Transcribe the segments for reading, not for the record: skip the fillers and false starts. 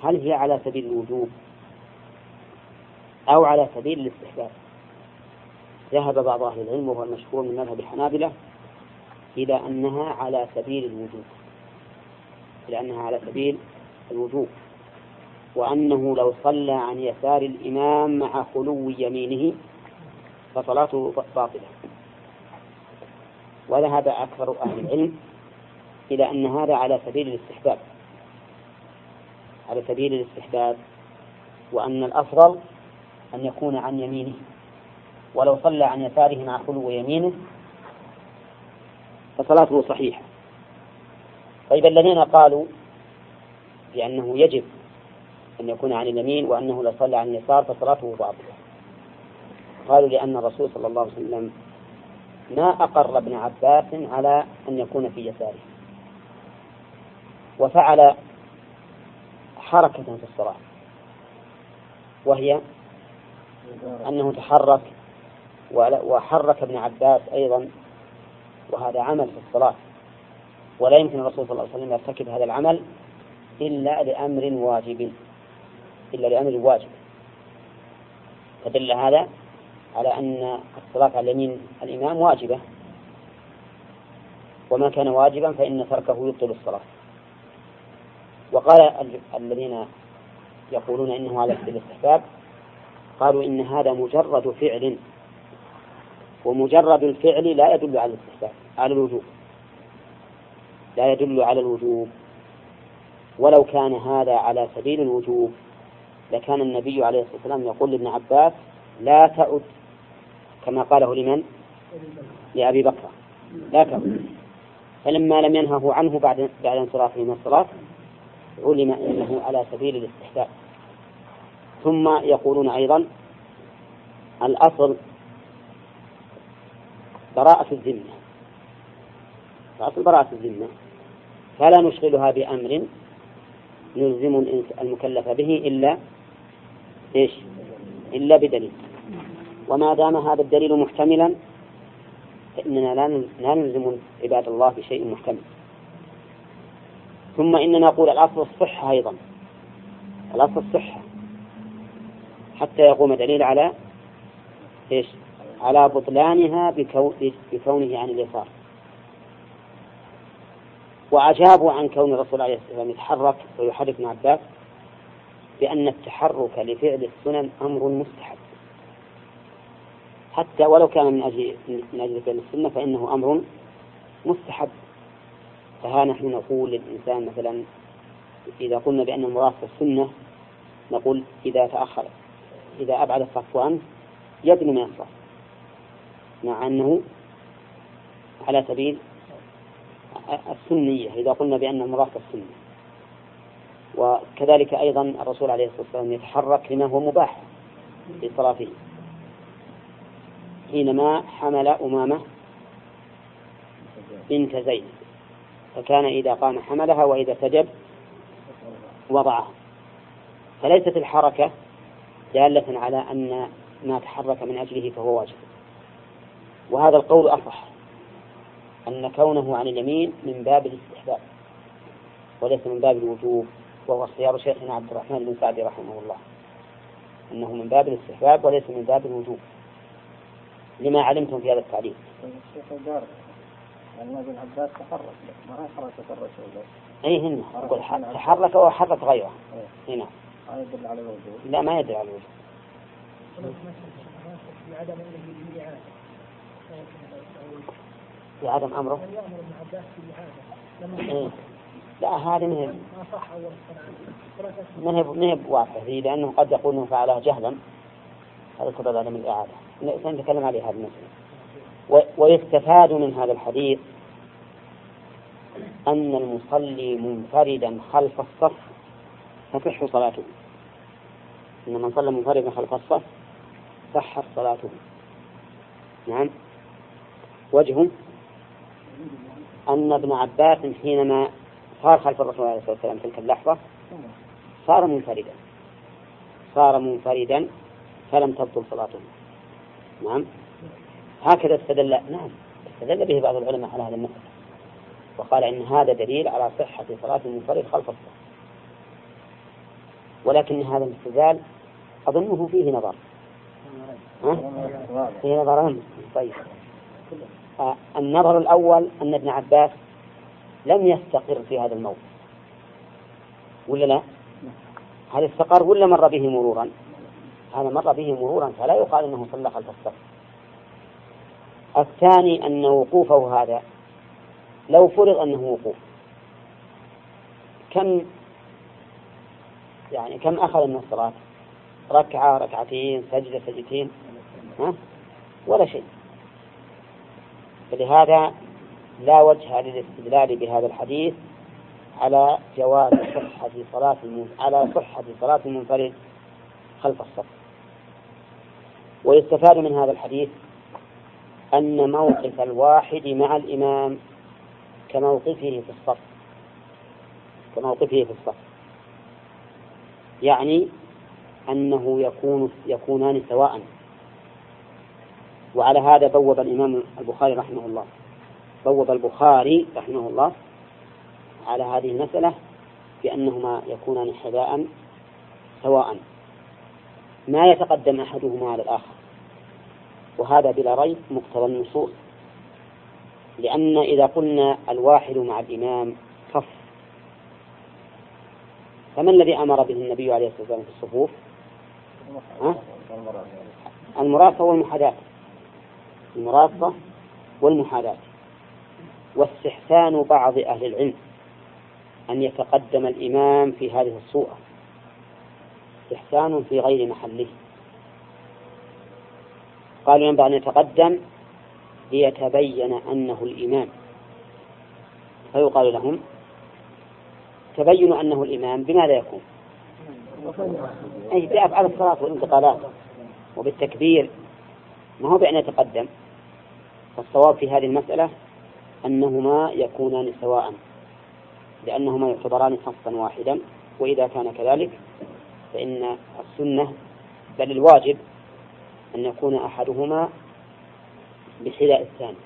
هل هي على سبيل الوجوب أو على سبيل الاستحباب؟ ذهب بعض أهل العلم وهو المشهور من مذهب الحنابلة إلى أنها على سبيل الوجوب، وأنه لو صلى عن يسار الإمام مع خلو يمينه فصلاته باطلة. وذهب أكثر أهل العلم إلى أن هذا على سبيل الاستحباب، وأن الأفضل أن يكون عن يمينه، ولو صلى عن يساره مع خلو يمينه فصلاته صحيحة. طيب الذين قالوا بأنه يجب أن يكون عن اليمين وأنه لو صلى عن اليسار فصلاته باطلة، قالوا لأن الرسول صلى الله عليه وسلم ما أقر ابن عباس على أن يكون في يساره، وفعل حركة في الصلاة، وهي أنه تحرك وحرك ابن عباس أيضا، وهذا عمل في الصلاة، ولا يمكن الرسول صلى الله عليه وسلم يرتكب هذا العمل إلا لأمر واجب. فدل هذا على أن الصلاة على يمين الإمام واجبة، وما كان واجبا فإن تركه يبطل الصلاة. وقال الذين يقولون إنه على سبيل الاستحباب قالوا إن هذا مجرد فعل، ومجرد الفعل لا يدل على الاستحباب، لا يدل على الوجوب. ولو كان هذا على سبيل الوجوب لكان النبي عليه الصلاة والسلام يقول لابن عباس لا تعد، كما قاله لمن؟ لأبي بكر، لا تعد. فلما لم ينهه عنه بعد انصرافه من الصلاة علم أنه على سبيل الاستحباب. ثم يقولون أيضا الأصل براءة الذمة، فلا نشغلها بأمر نلزم المكلف به إلا بدليل. وما دام هذا الدليل محتملا فإننا لا نلزم عباد الله بشيء محتمل. ثم إننا نقول الأصل الصحة أيضا، الأصل الصحة حتى يقوم دليل على بطلانها بكونه عن اليسار. وأجابوا عن كون الرسول عليه الصلاة والسلام يتحرك ويحرك ابن عباس بأن التحرك لفعل السنن أمر مستحب، حتى ولو كان من أجل فعل السنة فإنه أمر مستحب. فها نحن نقول للإنسان مثلا إذا قلنا بأن المراد في السنة نقول إذا أبعد الصف عنه يدنو من الصف، مع أنه على سبيل السنية إذا قلنا بأن المراد في السنة. وكذلك أيضا الرسول عليه الصلاة والسلام يتحرك لما هو مباح في صلاته، حينما حمل أمامة بنت زيد فكان إذا قام حملها وإذا سجد وضعها، فليست الحركة دالة على أن ما تحرك من أجله فهو واجب. وهذا القول أصح، أن كونه عن اليمين من باب الاستحباب وليس من باب الوجوب، وهو اختيار شيخنا عبد الرحمن بن سعدي رحمه الله، أنه من باب الاستحباب وليس من باب الوجوب، لما علمتم في هذا التعليم. يعني ابن عباس تحرك ما هي حركة الرسول. أي هنا يقول تحرك أو حرك غيره هنا. ما يدل على الوجوب. لا ما يدل على الوجوب. في عدم أمره. لا هذه مهب واضحة فيه، لأنه قد يقول إنه فعلها جهلا، هذا سبب عدم الإعادة. سنتكلم عليه هذا المسألة. ويستفاد من هذا الحديث أن المصلي منفردا خلف الصف تصح صلاته. إن من صلى منفردا خلف الصف صحت صلاته. نعم. وجهه أن ابن عباس حينما صار خلف الرسول عليه الصلاة والسلام تلك اللحظة صار منفردا فلم تبطل صلاته. نعم. هكذا استدل به بعض العلماء على هذا المسألة، وقال إن هذا دليل على صحة صلاة المنفرد خلف الصف. ولكن هذا الاستدلال أظنه فيه نظر. فيه نظران. طيب، النظر الأول أن ابن عباس لم يستقر في هذا الموضع، ولا لا؟ هل استقر ولا مر به مرورا؟ هذا مر به مرورا، فلا يقال أنه صلى خلف الصف. الثاني أن وقوفه هذا لو فرض أنه وقوف، كم أخذ من الصلاة؟ ركعة، ركعتين، سجدة، سجدتين، ولا شيء. فلهذا لا وجه للاستدلال بهذا الحديث على جواز صحة صلاة المنفرد خلف الصف. ويستفاد من هذا الحديث أن موقف الواحد مع الإمام كموقفه في الصف، يعني أنه يكونان سواء. وعلى هذا بوب البخاري رحمه الله على هذه المسألة بأنهما يكونان حذاء سواء، ما يتقدم أحدهما على الآخر. وهذا بلا ريب مقتضى النصوص، لأن إذا قلنا الواحد مع الإمام صف، فما الذي أمر به النبي عليه الصلاة والسلام في الصفوف؟ المراصة والمحاذاة. واستحسان بعض أهل العلم أن يتقدم الإمام في هذه الصورة استحسان في غير محله. قالوا ينبغي أن يتقدم ليتبين أنه الإمام، فيقال لهم تبينوا أنه الإمام بماذا يكون؟ أي بأفعال الصلاة والانتقالات وبالتكبير، ما هو بأن يتقدم. فالصواب في هذه المسألة أنهما يكونان سواء، لأنهما يعتبران صفا واحدا. وإذا كان كذلك فإن السنة بل الواجب أن يكون أحدهما بحذاء الثاني.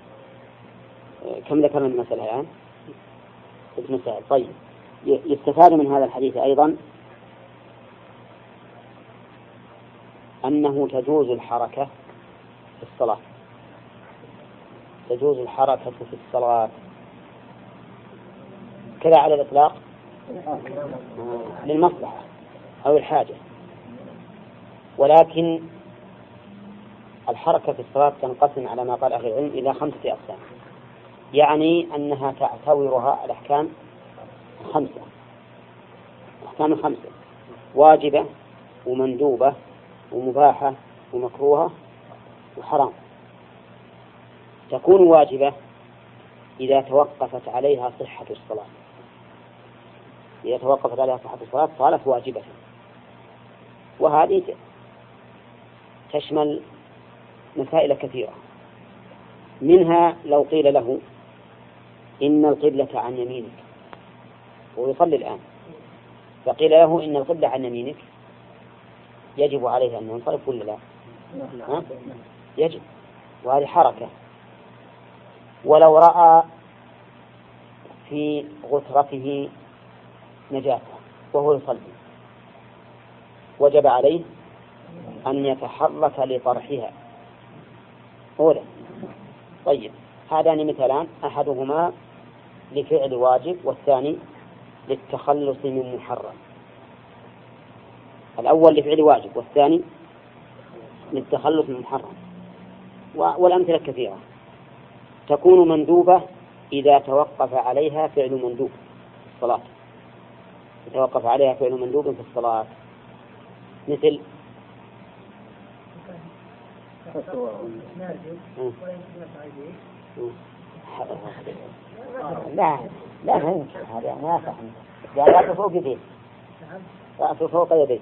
كم ذكرنا المسألة الآن؟ 6 مسائل. طيب، يستفاد من هذا الحديث أيضا أنه تجوز الحركة في الصلاة. تجوز الحركة في الصلاة كذا على الإطلاق للمصلحة أو الحاجة، ولكن الحركة في الصلاة تنقسم على ما قال أهل العلم إلى 5 أقسام، يعني أنها تعتبرها الأحكام 5، أحكام 5: واجبة ومندوبة ومباحة ومكروهة وحرام. تكون واجبة إذا توقفت عليها صحة الصلاة، إذا توقفت عليها صحة الصلاة صارت واجبة. وهذه تشمل مسائل كثيرة، منها لو قيل له إن القبلة عن يمينك ويصلي الآن، فقيل له إن القبلة عن يمينك، يجب عليه أن ينصرف ولا لا؟ يجب، وهذه حركة. ولو رأى في غترته نجاسة وهو يصلي وجب عليه أن يتحرك لطرحها أولا. طيب، هذان مثالان، أحدهما لفعل واجب والثاني للتخلص من محرم. الأول لفعل واجب والثاني للتخلص من محرم. والأمثلة كثيرة. تكون مندوبة إذا توقف عليها فعل مندوب في الصلاة، يتوقف عليها فعل مندوب في الصلاة، مثل لا هذا ما صح، لا تفوق يديه، لا تفوق يديه،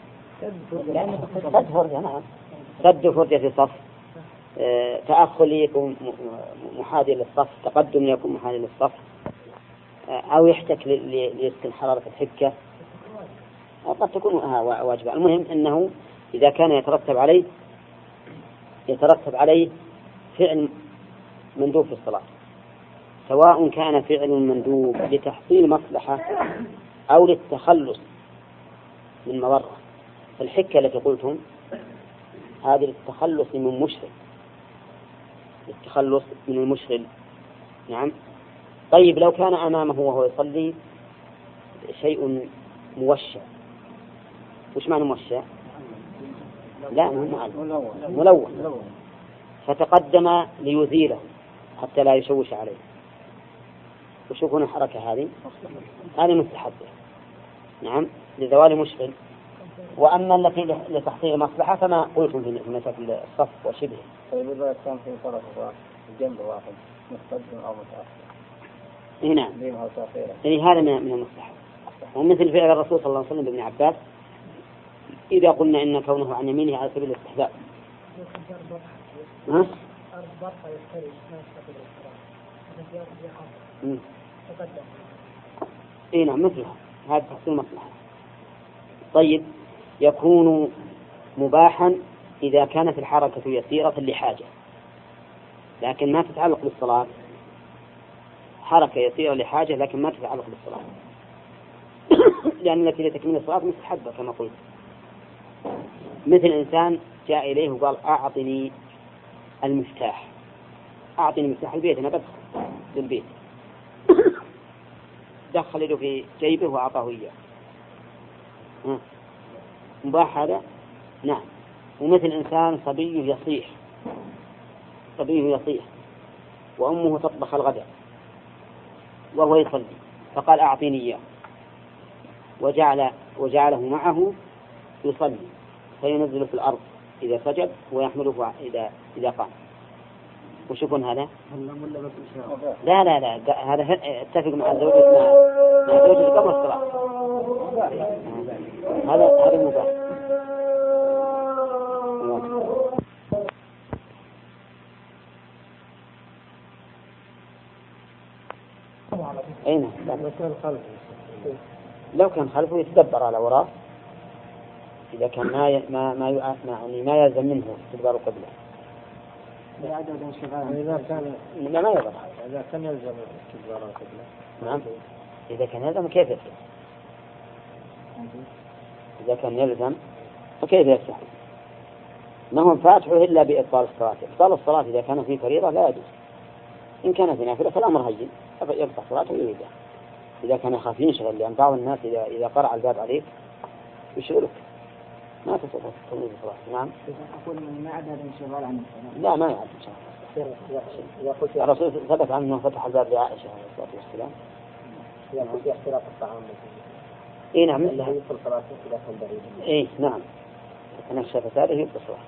سد فرجة في صف، تأخر يكون محاذي للصف، تقدم يكون محاذي للصف، أو يحتك ليسكن حرارة الحكة، قد تكون واجبة. المهم أنه إذا كان يترتب عليه فعل مندوب في الصلاة، سواء كان فعل مندوب لتحصيل مصلحة أو للتخلص من مضرة. الحكة التي قلتم هذه للتخلص من مشغل، للتخلص من المشغل. نعم. طيب لو كان أمامه وهو يصلي شيء موشع، وش معنى موشع؟ لا ملون، فتقدم ليزيله حتى لا يشوش عليه، وشوفون الحركة هذه مستحبة. نعم، لزوال مشغل. وأما التي لتحصيل مصلحة فما قلتم في مسألة الصف وشبهه. طيب إذا كان في طرف جنب واحد متقدم أو متأخر. نعم. هذا من المصلحة. ومثل فعل الرسول صلى الله عليه وسلم بابن عباس إذا قلنا إن كونه عن يمينه على سبيل الاستحباب. نعم مثلها، هذا تحصيل مصلحة. طيب يكون مباحا إذا كانت الحركة يسيرة لحاجة، لكن ما تتعلق بالصلاة. حركة يسيرة لحاجة لكن ما تتعلق بالصلاة، لأن التي لتكميل الصلاة مستحبة كما قلت. مثل إنسان جاء إليه وقال أعطني المفتاح، أعطني مفتاح البيت، أنا بدخل للبيت. دخل له في جيبه وأعطاه إياه. مباح هذا؟ نعم. ومثل إنسان صبي يصيح وأمه تطبخ الغداء وهو يصلي، فقال أعطيني إياه، وجعله معه يصلي، فينزل في الأرض إذا سجد ويحمله إذا قام. وشوفون هذا؟ لا هذا اتفق مع زوجته قبل الصلاة. هذا مباح. أين؟ لو كان خلفه يتدبر على وراء، إذا كان ما يلزم منه استدبار قبله. إذا كان ما يضر. إذا كان يلزم استدبار قبله. نعم. إذا كان يلزم كيف يفتح؟ إذا كان يلزم فكيف يفتح؟ ما هو فاتحه إلا بإبطال الصلاة. إبطال الصلاة إذا كان في فريضة لا يجوز. إن كان في نافلة فالأمر هين، يفتح صلاته ويريده. إذا كان يخاف ينشغل، لأن بعض الناس إذا قرأ الباب عليك يشغلك، ما تستطيع تنظيم الصلاة. نعم. أقول ما عدا الانشغال عن الصلاة. لا ما يعد الرسول ثبت عنه فتح الباب لعائشة عليه الصلاة والسلام. يأخذ احتراق الطعام. نعم. مثلها يدخل صلاته إذا كان بعيد. نعم. نفسه فساده يدخل صلاة.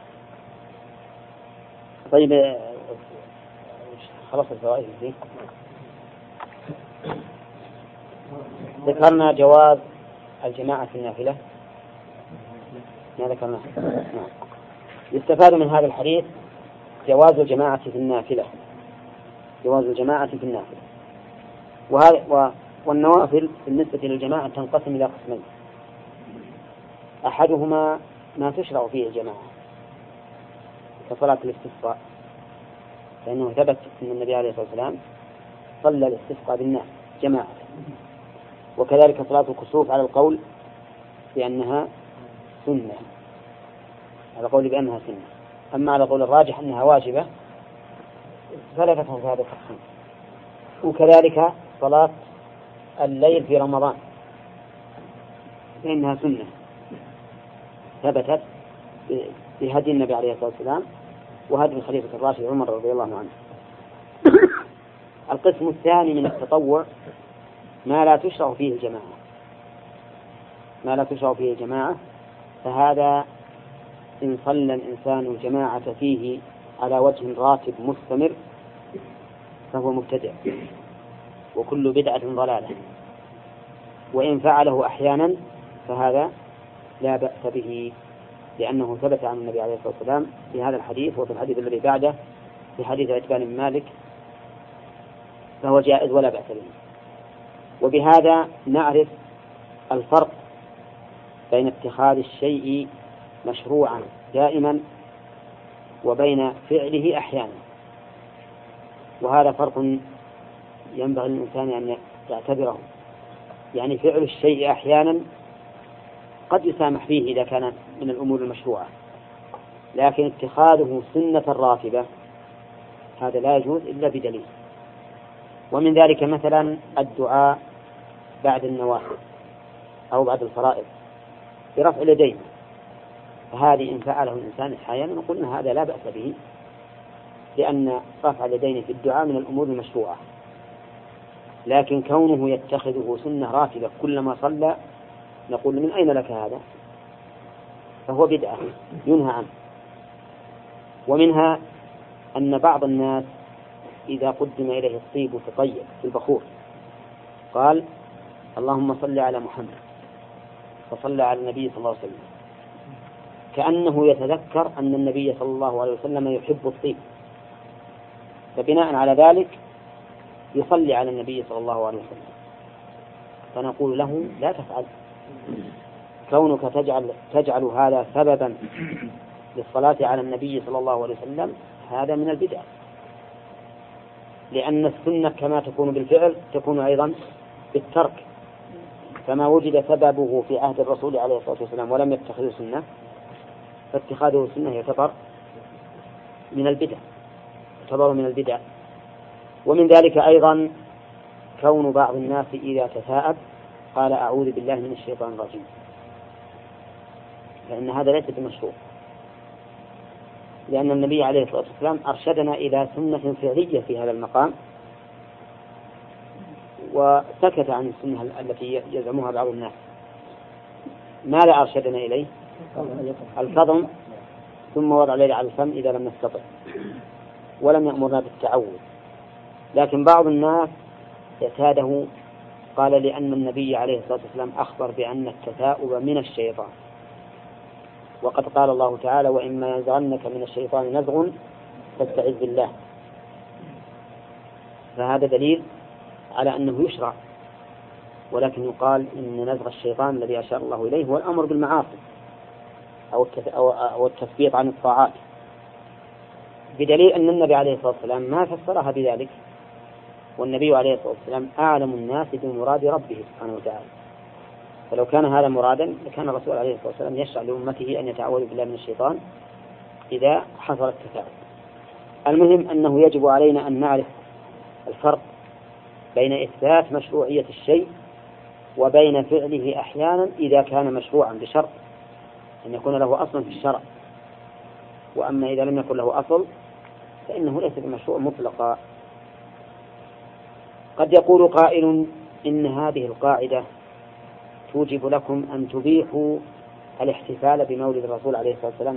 طيب خلاص الفوائد دي. ذكرنا جواز الجماعة في النافلة. ما ذكرناه. نعم. يستفاد من هذا الحديث جواز الجماعة في النافلة. والنوافل بالنسبة للجماعة تنقسم إلى قسمين. أحدهما ما تشرع فيه الجماعة كصلاة الاستسقاء، لأنه ثبت أن النبي عليه الصلاة والسلام صلى الاستسقاء بالناس جماعة. وكذلك صلاة الكسوف على القول بأنها سنة، على قول بأنها سنة. أما على قول الراجح أنها واجبة فلا تفهم هذا التقسيم. وكذلك صلاة الليل في رمضان فإنها سنة ثبتت بهدي النبي عليه الصلاة والسلام وهدي الخليفة الراشد عمر رضي الله عنه. القسم الثاني من التطوع ما لا تشرع فيه الجماعة، فهذا إن صلى الإنسان الجماعة فيه على وجه راتب مستمر فهو مبتدع، وكل بدعة ضلالة. وإن فعله أحيانا فهذا لا بأس به، لأنه ثبت عن النبي عليه الصلاة والسلام في هذا الحديث وفي الحديث الذي بعده في حديث عتبان بن مالك، فهو جائز ولا بأس به. وبهذا نعرف الفرق بين اتخاذ الشيء مشروعا دائما وبين فعله أحيانا، وهذا فرق ينبغي للإنسان أن يعتبره. يعني فعل الشيء أحيانا قد يسامح فيه إذا كان من الأمور المشروعة، لكن اتخاذه سنة راتبة هذا لا يجوز إلا بدليل. ومن ذلك مثلا الدعاء بعد النوافل أو بعد الفرائض برفع اليدين، فهذه إن فعله الإنسان أحيانا نقول إن هذا لا بأس به، لأن رفع اليدين في الدعاء من الأمور المشروعة. لكن كونه يتخذه سنة راتبة كلما صلى نقول من أين لك هذا؟ فهو بدعة ينهى عنه. ومنها أن بعض الناس إذا قدم إليه الطيب وتطيب في البخور قال اللهم صل على محمد، فصلى على النبي صلى الله عليه وسلم، كأنه يتذكر أن النبي صلى الله عليه وسلم يحب الطيب، فبناء على ذلك يصلي على النبي صلى الله عليه وسلم. فنقول له لا تفعل، كونك تجعل هذا سببا للصلاة على النبي صلى الله عليه وسلم هذا من البدع، لأن السنة كما تكون بالفعل تكون أيضا بالترك، فما وجد سببه في عهد الرسول عليه الصلاة والسلام ولم يتخذه سنة فاتخاذه سنة يعتبر من البدع. ومن ذلك أيضا كون بعض الناس إذا تثاءب قال أعوذ بالله من الشيطان الرجيم، لأن هذا ليس بمشروع، لأن النبي عليه الصلاة والسلام أرشدنا إلى سنة فعلية في هذا المقام، وسكت عن السنة التي يزعمها بعض الناس. ماذا أرشدنا إليه؟ الكظم ثم وضع اليد على الفم إذا لم نستطع، ولم يأمرنا بالتعوذ. لكن بعض الناس اعتاده، قال لأن النبي عليه الصلاة والسلام أخبر بأن التثاؤب من الشيطان، وقد قال الله تعالى وإما ينزغنك من الشيطان نزغ فاستعذ بالله، فهذا دليل على أنه يشرع، ولكن يقال إن نزغ الشيطان الذي أشار الله إليه هو الأمر بالمعاصي أو التثبيط عن الطاعات، بدليل أن النبي عليه الصلاة والسلام ما فسرها بذلك، والنبي عليه الصلاة والسلام أعلم الناس بمراد ربه سبحانه وتعالى، فلو كان هذا مرادا لكان الرسول عليه الصلاة والسلام يشرع لأمته أن يتعوذوا بالله من الشيطان إذا حصل التثاؤب. المهم أنه يجب علينا أن نعرف الفرق بين إثبات مشروعية الشيء وبين فعله أحيانا إذا كان مشروعا بشرط أن يكون له أصل في الشرع، وأما إذا لم يكن له أصل فإنه ليس بمشروع مطلقا. قد يقول قائل إن هذه القاعدة توجب لكم أن تبيحوا الاحتفال بمولد الرسول عليه الصلاة والسلام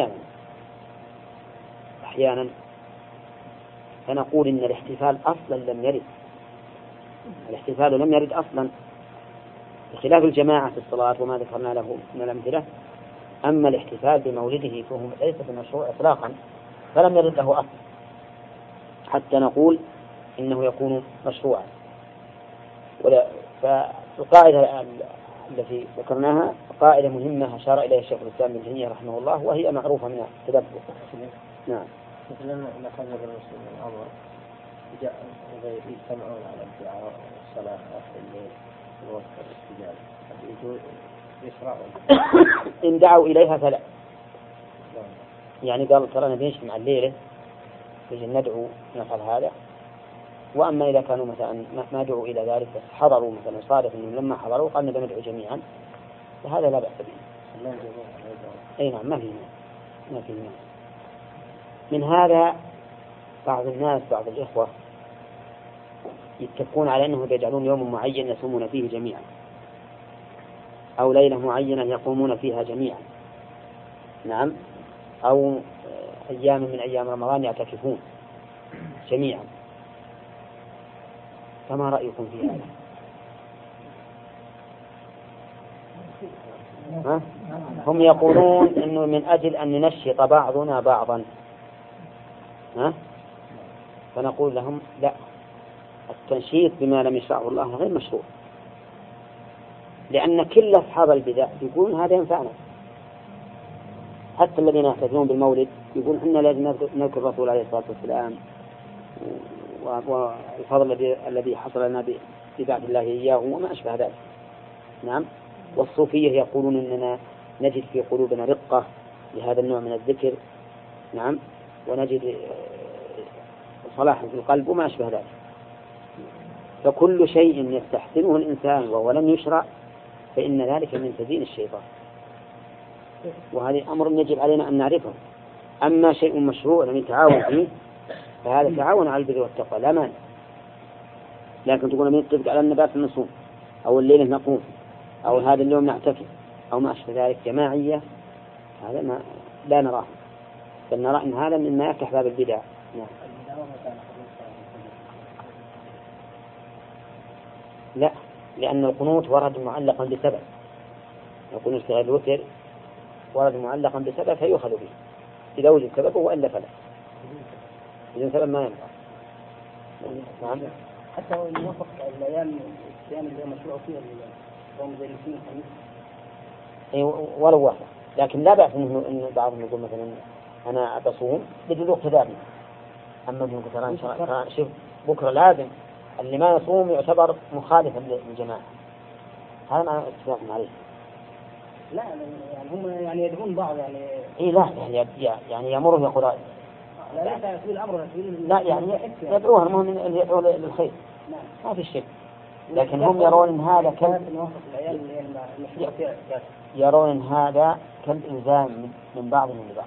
أحيانا، فنقول إن الاحتفال أصلا لم يرد، الاحتفال لم يرد أصلا، بخلاف الجماعة في الصلاة وما ذكرنا له من الأمثلة. أما الاحتفال بمولده فهو ليس بمشروع إطلاقا، فلم يرد له أصل حتى نقول إنه يكون مشروعا. فالقاعدة التي ذكرناها قاعدة مهمة أشار إليها الشيخ الإسلام ابن تيمية رحمه الله، وهي معروفة من التدبر. نعم. مثلا نأخذ المسلمين الأمر يجتمعون على الدعاء والصلاة آخر الليل ووقت الاستجابة، يشرعون إن دعوا إليها فلا، يعني قال ترى نبي نجتمع الليلة يجي ندعو نفعل هذا. وأما إذا كانوا مثلا ما دعوا إلى ذلك بس حضروا مثلا صادف أنهم لما حضروا قال نبي ندعو جميعا، فهذا لا بأس به. أي نعم، ما في من هذا بعض الناس بعض الإخوة يتفقون على أنه يجعلون يوم معين يصومون فيه جميعا، أو ليلة معينة يقومون فيها جميعا، نعم، أو أيام من أيام رمضان يعتكفون جميعا. فما رأيكم في هذا؟ هم يقولون إنه من أجل أن ننشط بعضنا بعضا، فنقول لهم لا، التنشيط بما لم يشرعه الله غير مشروع، لأن كل أصحاب البدع يقولون هذا ينفعنا. حتى الذين يحتفلون بالمولد يقولون إحنا لازم نذكر الرسول عليه الصلاة والسلام والفضل الذي حصل لنا ببعث الله إياه وما أشبه ذلك. نعم، والصوفية يقولون إننا نجد في قلوبنا رقة لهذا النوع من الذكر، نعم، ونجد صلاح في القلب وما أشبه ذلك. فكل شيء يستحسنه الإنسان وهو لم يشرع فإن ذلك من تزيين الشيطان، وهذا أمر يجب علينا أن نعرفه. أما شيء مشروع لم يتعاون فيه فهذا تعاون على البر والتقوى لا مانع، لكن تقول نتفق على النبات نصوم أو الليلة نقوم أو هذا اليوم نعتكف أو ما أشبه ذلك جماعية، هذا ما لا نراه، بل نرى أن هذا مما يفتح باب البدع. نعم. لا، لأن القنوت ورد معلقا بسبب، القنوت في غير الوتر ورد معلقا بسبب فيؤخذ به إذا وجد سببه وإلا فلا، إذا سبب ما ينفع. نعم. حتى لو نوافق الأيام الصيام اللي مشروع فيها الصوم زي الاثنين والخميس. ولو وافق، لكن لا بأس إن بعضهم يقول مثلا أنا أتصوم بدون اقتدامي، أما من ترى شوف بكرة لازم اللي ما يصوم يعتبر مخالفا للجماعة، هذا ما اتفاق عليه. لا يعني هم يعني يدعون بعض يعني. إيه لا يعني يأمرهم يقول لا تسوي الأمر لا يعني يدعوها، المهم أن يدعو للخير ما في شيء، لكن هم يرون إن هذا يرون إن هذا كالإلزام من بعضهم لبعض،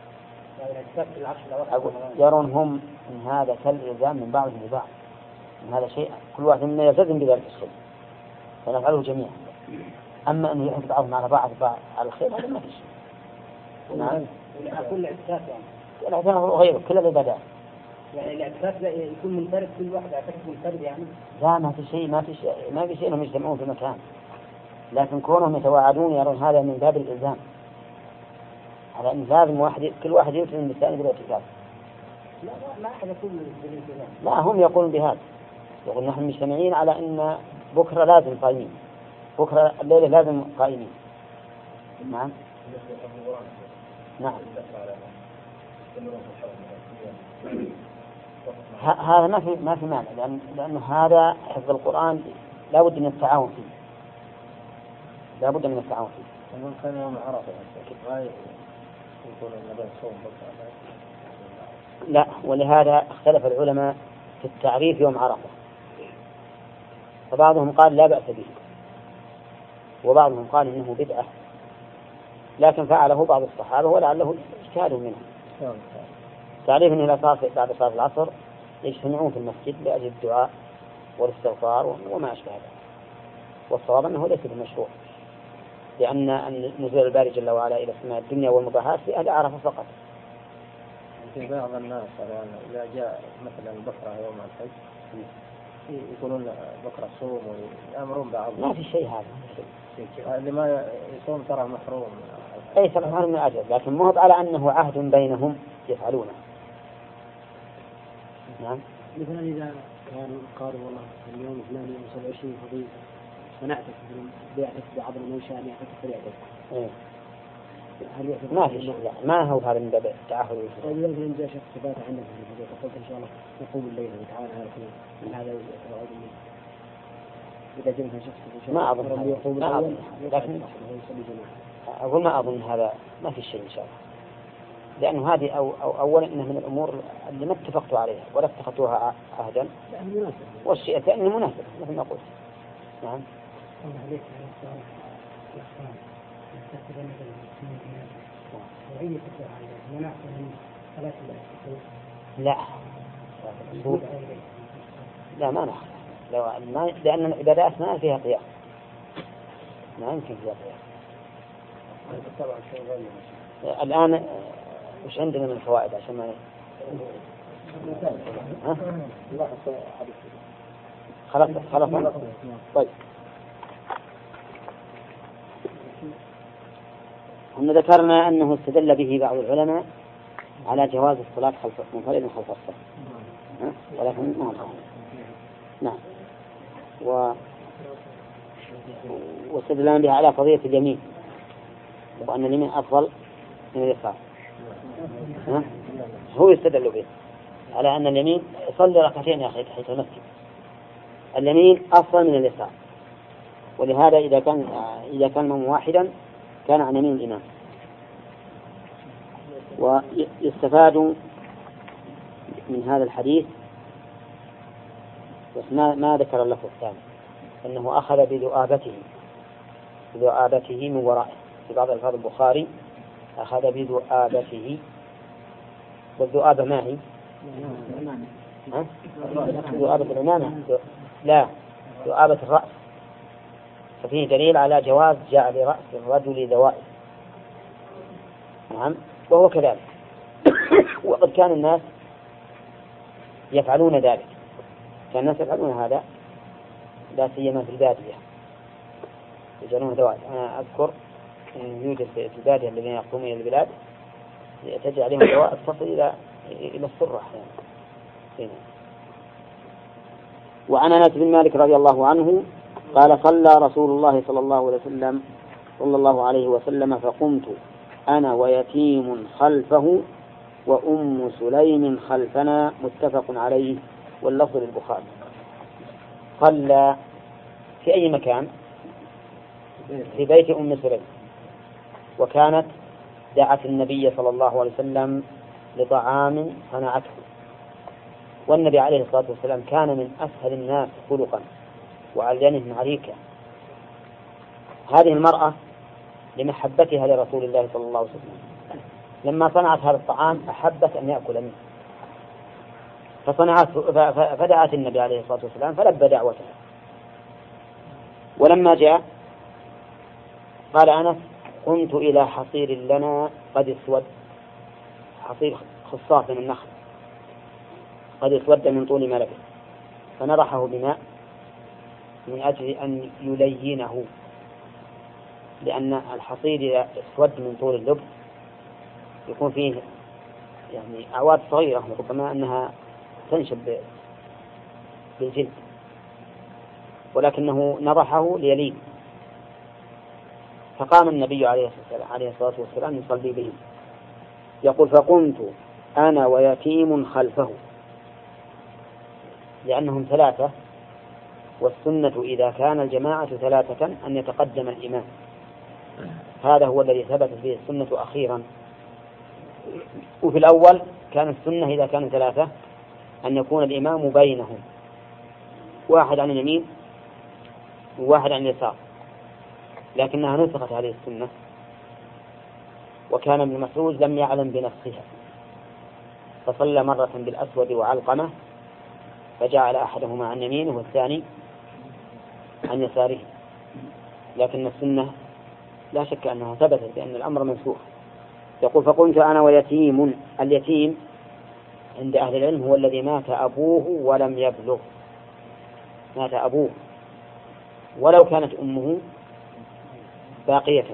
يرون هم إن هذا كالإلزام من بعضهم لبعض، إن هذا شيء كل واحد منا يلتزم بذلك الشيء فنفعله جميعا. أما أن يحب بعضهم على بعض على الخير هذا ما في شيء. نعم. كل اعتكاف يعني. الاعتكاف غيره كل العبادات. يعني الاعتكاف يكون منفرد كل واحد يعتكف منفرد يعني. لا ما في شيء انهم يجتمعون في مكان، لكن كونهم يتواعدون يرون هذا من باب الإلزام، على أن لازم كل واحد يلتزم بالثاني بالاعتكاف. لا ما أحد يقول بالالتزام. لا هم يقولون بهذا، يقول نحن مجتمعين على أن بكرة لازم قائمين، بكرة الليلة لازم قائمين. نعم. نعم. هذا ما في مانع، لأن هذا حفظ القرآن لا بد من التعاون فيه، لا بد من التعاون فيه. ومن كان يوم عرفة يقول النبي صوم لا، ولهذا اختلف العلماء في التعريف يوم عرفة، فبعضهم قال لا بأس به، وبعضهم قال إنه بدعة، لكن فعله بعض الصحابة ولعله اجتهاد منهم. تعريف أنه بعد صلاة العصر يجتمعون في المسجد لأجل الدعاء والاستغفار وما أشبه ذلك، والصواب أنه ليس بالمشروع، لأن نزول الباري جل وعلا إلى سماء الدنيا والمباحات في أهل عرفة فقط. في بعض الناس إذا جاء مثلا بكرة يوم الحج يقولون بكرة صوم ويأمرون بعض. ما في شيء هذا، اللي ما يصوم ترى محروم. أي ترى محروم من الأجر، لكن مو على أنه عهد بينهم يفعلونه. نعم. مثلا إذا كانوا قالوا والله اليوم فلان يوم 27 فضيل فنعتكف بيعتكف بعض المنشأ أن يعتكف فليعتكف. ما في شيء، ما هو هذا من باب التعهد. إذا كان جاء شخص ثبات عندنا في الحديث قلت إن شاء الله نقوم الليل ونتعاون على الخير من هذا الوعد منه. إذا جاء شخص ما أظن، لكن أقول ما أظن هذا ما في شيء إن شاء الله، لأنه هذه أولا إنها من الأمور اللي ما اتفقتوا عليها ولا اتخذوها عهدا، والشيء الثاني مناسب مثل ما قلت. نعم. لا لا ما نأخذ، لأن العبادات ما فيها قياس، ما يمكن فيها قياس. الآن وش عندنا من الفوائد عشان ما خلاص. طيب هم ذكرنا أنه استدل به بعض العلماء على جواز الصلاة منفردا خلف الصف، ولكن ما نعم. واستدلنا به على قضية اليمين، وأن اليمين أفضل من اليسار. هو يستدل به على أن اليمين صلي ركعتين يا أخي تحت المسجد، اليمين أفضل من اليسار، ولهذا إذا كان الإمام واحدا كان عن يمين الإمام. ويستفاد من هذا الحديث، بس ما ذكر اللفظ الثاني، أنه أخذ بذؤابته من ورائه. في بعض ألفاظ البخاري أخذ بذؤابته، والذؤابة ما هي؟ ذؤابة الإمامة، لا، ذؤابة الرأس. ففيه دليل على جواز جعل رأس الرجل ذوائب. نعم، وهو كذلك. وقد كان الناس يفعلون ذلك، كان الناس يفعلون هذا، لا سيما في البادية يجعلون ذوائب. أنا أذكر أن يوجد في البادية الذين يقومون إلى البلاد تجعل عليهم ذوائب تصل إلى السرة يعني. وعن أنس بن مالك رضي الله عنه قال: صلى رسول الله صلى الله عليه وسلم فقمت أنا ويتيم خلفه وأم سليم خلفنا، متفق عليه، واللفظ للبخاري. صلى في أي مكان؟ في بيت أم سليم، وكانت دعت النبي صلى الله عليه وسلم لطعام صنعته، والنبي عليه الصلاة والسلام كان من أسهل الناس خلقا وألينهم عريكا. هذه المرأة لمحبتها لرسول الله صلى الله عليه وسلم لما صنعت هذا الطعام أحبت أن يأكل منه، فدعت النبي عليه الصلاة والسلام فلبى دعوتها. ولما جاء قال أنس: قمت إلى حصير لنا قد اسود، حصير خصاص من النخل قد اسود من طول ما لبث، فنضحه بماء من أجل أن يلينه، لأن الحصير إذا اسود من طول اللبث يكون فيه يعني أعواد صغيرة ربما أنها تنشب بالجلد، ولكنه نضحه ليلين. فقام النبي عليه الصلاة والسلام يصلي بهم، يقول: فقمت أنا ويتيم خلفه، لأنهم ثلاثة، والسنة إذا كان الجماعة ثلاثة أن يتقدم الإمام، هذا هو الذي ثبتت به السنة أخيرا. وفي الأول كان السنة إذا كانوا ثلاثة أن يكون الإمام بينهم، واحد عن اليمين وواحد عن اليسار، لكنها نسخت هذه السنة، وكان ابن مسعود لم يعلم بنسخها، فصلى مرة بالأسود وعلقمة، فجعل أحدهما عن يمينه والثاني عن يساره، لكن السنة لا شك أنها ثبتت بأن الأمر منسوخ. يقول: فقمت أنا ويتيم. اليتيم عند أهل العلم هو الذي مات أبوه ولم يبلغ، مات أبوه ولو كانت أمه باقية.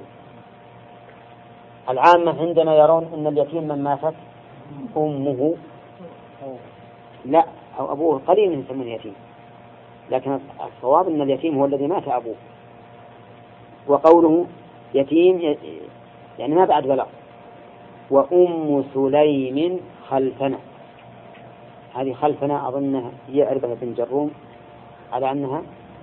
العامة عندما يرون أن اليتيم من ماتت أمه لا أو أبوه قليل من يسمون يتيم، لكن الصواب أن اليتيم هو الذي مات أبوه. وقوله يتيم يعني ما بعد بلغ. وأم سليم خلفنا، هذه خلفنا أظنها هي عربة بن جروم على أنها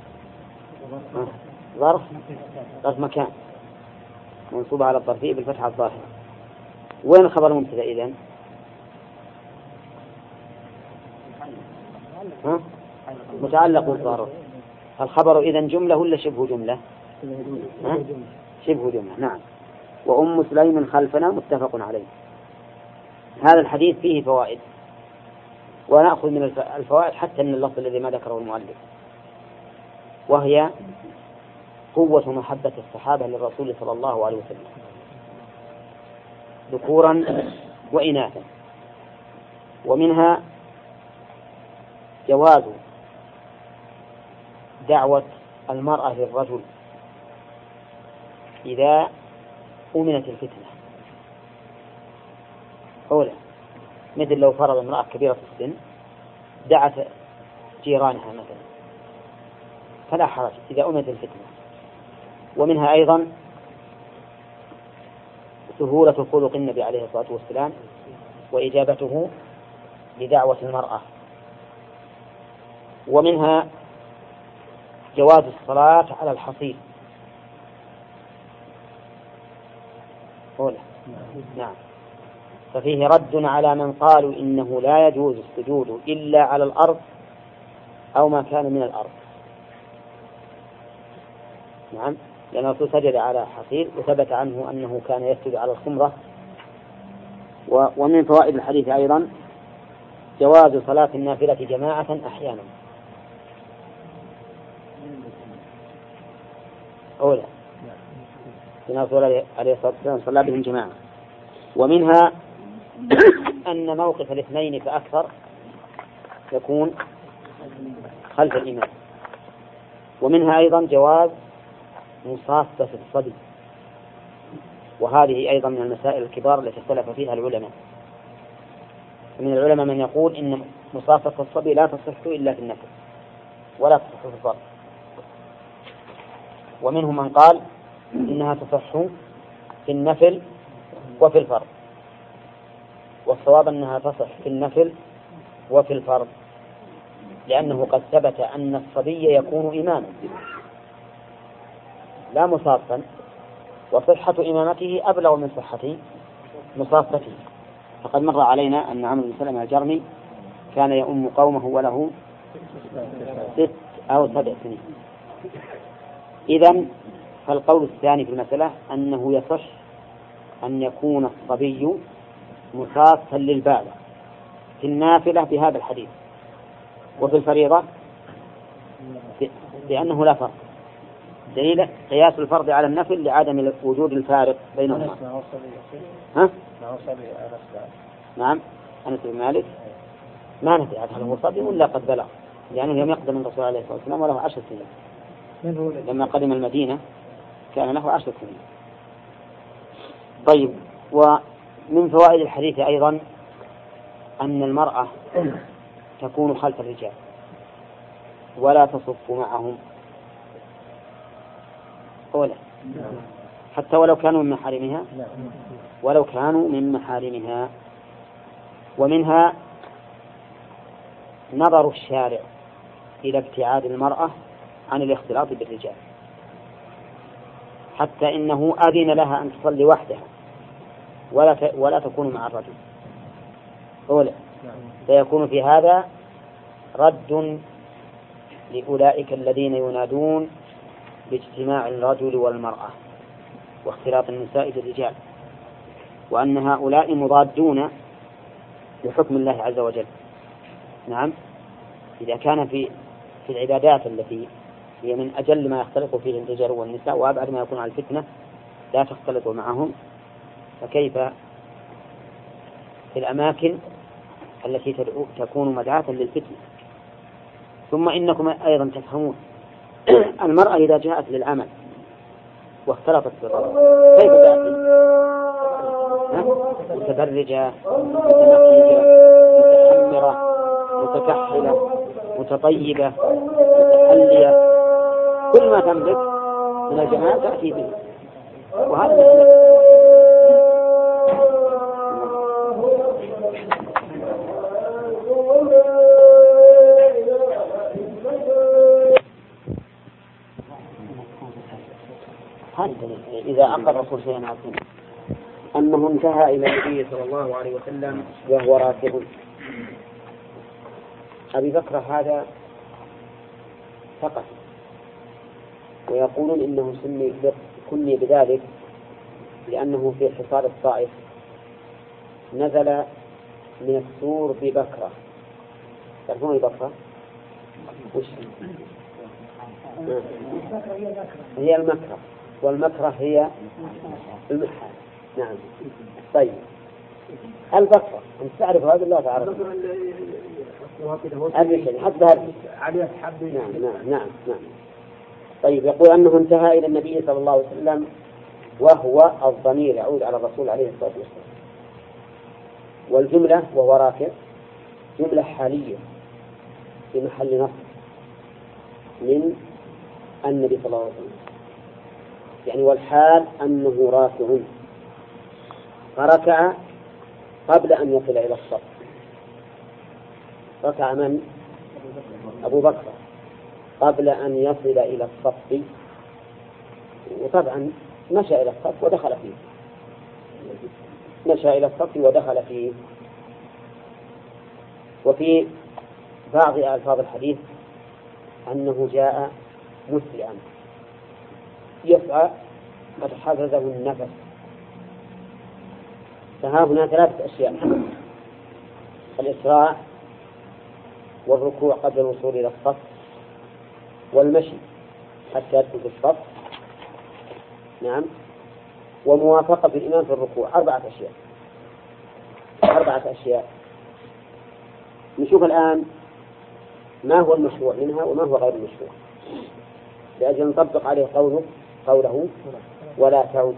ظرف مكان منصوبة على الظرفية بالفتحة الظاهرة. وين خبر مبتدأ إذن؟ متعلق بالظرف. الخبر إذن جملة ولا شبه جملة؟ شبه جملة، نعم. وأم سليم خلفنا، متفق عليه. هذا الحديث فيه فوائد، ونأخذ من الفوائد حتى من اللفظ الذي ما ذكره المؤلف، وهي قوة محبة الصحابة للرسول صلى الله عليه وسلم ذكورا وإناثا. ومنها جواز دعوة المرأة للرجل إذا أمنت الفتنة، أولا مثل لو فرض امرأة كبيرة في السن دعت جيرانها مثلا فلا حرج إذا أمنت الفتنة. ومنها أيضا سهولة خلق النبي عليه الصلاة والسلام وإجابته لدعوة المرأة. ومنها جواز الصلاة على الحصير. أولى. نعم. ففيه رد على من قالوا إنه لا يجوز السجود إلا على الأرض أو ما كان من الأرض. نعم، لأن الرسول سجد على حصير وثبت عنه أنه كان يسجد على الخمرة. ومن فوائد الحديث أيضا جواز صلاة النافلة جماعة أحيانا. أولى الرسول عليه الصلاة والسلام صلى بهم جماعة. ومنها أن موقف الاثنين فأكثر يكون خلف الإمام. ومنها أيضا جواز مصافة الصبي، وهذه أيضا من المسائل الكبار التي اختلف فيها العلماء. من العلماء من يقول إن مصافة الصبي لا تصح إلا في النفل ولا تصح في الفرض، ومنهم من قال إنها تصح في النفل وفي الفرض، والصواب أنها تصح في النفل وفي الفرض، لأنه قد ثبت أن الصبي يكون إماما لا مصافا، وصحة إمامته أبلغ من صحة مصافته. فقد مر علينا أن عمرو بن سلمة الجرمي كان يؤم قومه وله 6 أو 7 سنين. إذن فالقول الثاني في المسألة أنه يصح أن يكون الصبي مصافا للبالغ في النافلة بهذا الحديث، وفي الفريضة لأنه لا فرق. دليل قياس الفرض على النفل لعدم وجود الفارق بينهما. ها؟ نعم. أنس بن مالك ما ندري هل هو صبي ولا قد بلغ، لأنه يوم يقدم الرسول عليه الصلاة والسلام وله 10 سنين، لما قدم المدينة كان له 10 سنين. طيب، ومن فوائد الحديث أيضا أن المرأة تكون خلف الرجال ولا تصف معهم أولا، حتى ولو كانوا من محارمها، ولو كانوا من محارمها. ومنها نظر الشارع إلى ابتعاد المرأة عن الاختلاط بالرجال، حتى إنه أذن لها أن تصلي وحدها ولا تكون مع الرجل أولا. فيكون في هذا رد لأولئك الذين ينادون باجتماع الرجل والمرأة واختلاط النساء بالرجال، وأن هؤلاء مضادون لحكم الله عز وجل. نعم، إذا كان في العبادات التي هي من أجل ما يختلط فيه الرجال والنساء وأبعد ما يكون على الفتنة لا تختلطوا معهم، فكيف في الأماكن التي تكون مدعاة للفتنة؟ ثم إنكم أيضا تفهمون المرأة إذا جاءت للعمل واختلطت بالرجل كيف تأتي؟ متبرجة، متنقية، متحمرة، متكحلة، متطيبة، متحلية، كل ما تملك من الجمال تأتي به، وهذا مثل إذا أقر الرسول شيئا عظيما أنه انتهى إلى النبي صلى الله عليه وسلم وهو راكع. أبي بكر هذا فقط، ويقولون إنه كني بذلك لأنه في حصار الطائف نزل من السور ببكرة. تعرفون بكرة؟ وش هي المكرة، والمكرة هي المحال. نعم. طيب، البكرة أنت تعرف هذا الله تعرف حتى عليه حب. نعم. طيب، يقول أنه انتهى إلى النبي صلى الله عليه وسلم وهو الضمير يعود على الرسول عليه الصلاة والسلام، والجملة وهو راكع جملة حالية في محل نصب من النبي صلى الله عليه وسلم، يعني والحال أنه راكع، فركع قبل أن يصل إلى الصف. ركع من؟ أبو بكر قبل أن يصل إلى الصف، وطبعا مشى إلى الصف ودخل فيه، مشى إلى الصف ودخل فيه. وفي بعض ألفاظ الحديث أنه جاء مسرعا يسعى قد حفزه النفس. فها هنا ثلاثة أشياء: الإسراع، والركوع قبل الوصول إلى الصف، والمشي حتى يدخل في الصف، نعم، وموافقة الإمام في الركوع. أربعة أشياء. نشوف الآن ما هو المشروع منها وما هو غير المشروع، لأجل نطبق عليه قوله ولا تعود.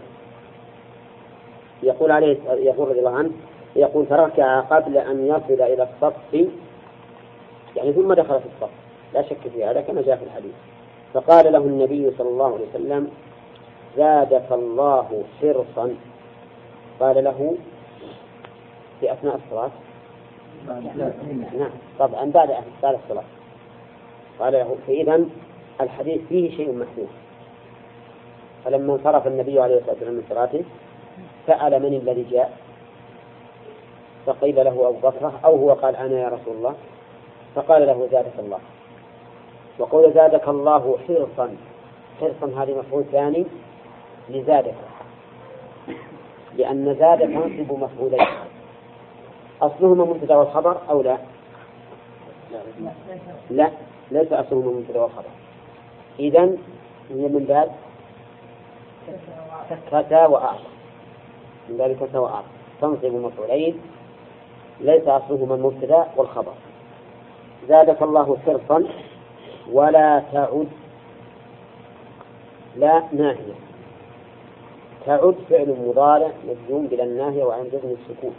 يقول رضي الله عنه، يقول: تركع قبل أن يصل إلى الصف، يعني ثم دخل في الصف، لا شك في هذا كما جاء في الحديث. فقال له النبي صلى الله عليه وسلم: زادك الله حرصا. قال له في أثناء الصلاة، نعم طبعا بعد الصلاة قال له. فإذا الحديث فيه شيء محذوف. فلما انصرف النبي عليه الصلاة والسلام من صلاته سأل من الذي جاء، فقيل له أبو بكر، أو هو قال: أنا يا رسول الله. فقال له: زادك الله. وقول زادك الله حرصا، حرصا هذه مفعول ثاني لزادك، لأن زاد تنصب مفعولين، أصلهما مبتدأ والخبر أو لا؟ لا، ليس أصلهما مبتدأ والخبر. إذن هي من باب كسى وأعطى، من باب كسى وأعطى تنصب مفعولين ليس أصلهما المبتدأ والخبر. زادك الله حرصا ولا تعد، لا ناهية. تعد فعل مضارع مجزوم بلا الناهية وعن جزم السكون،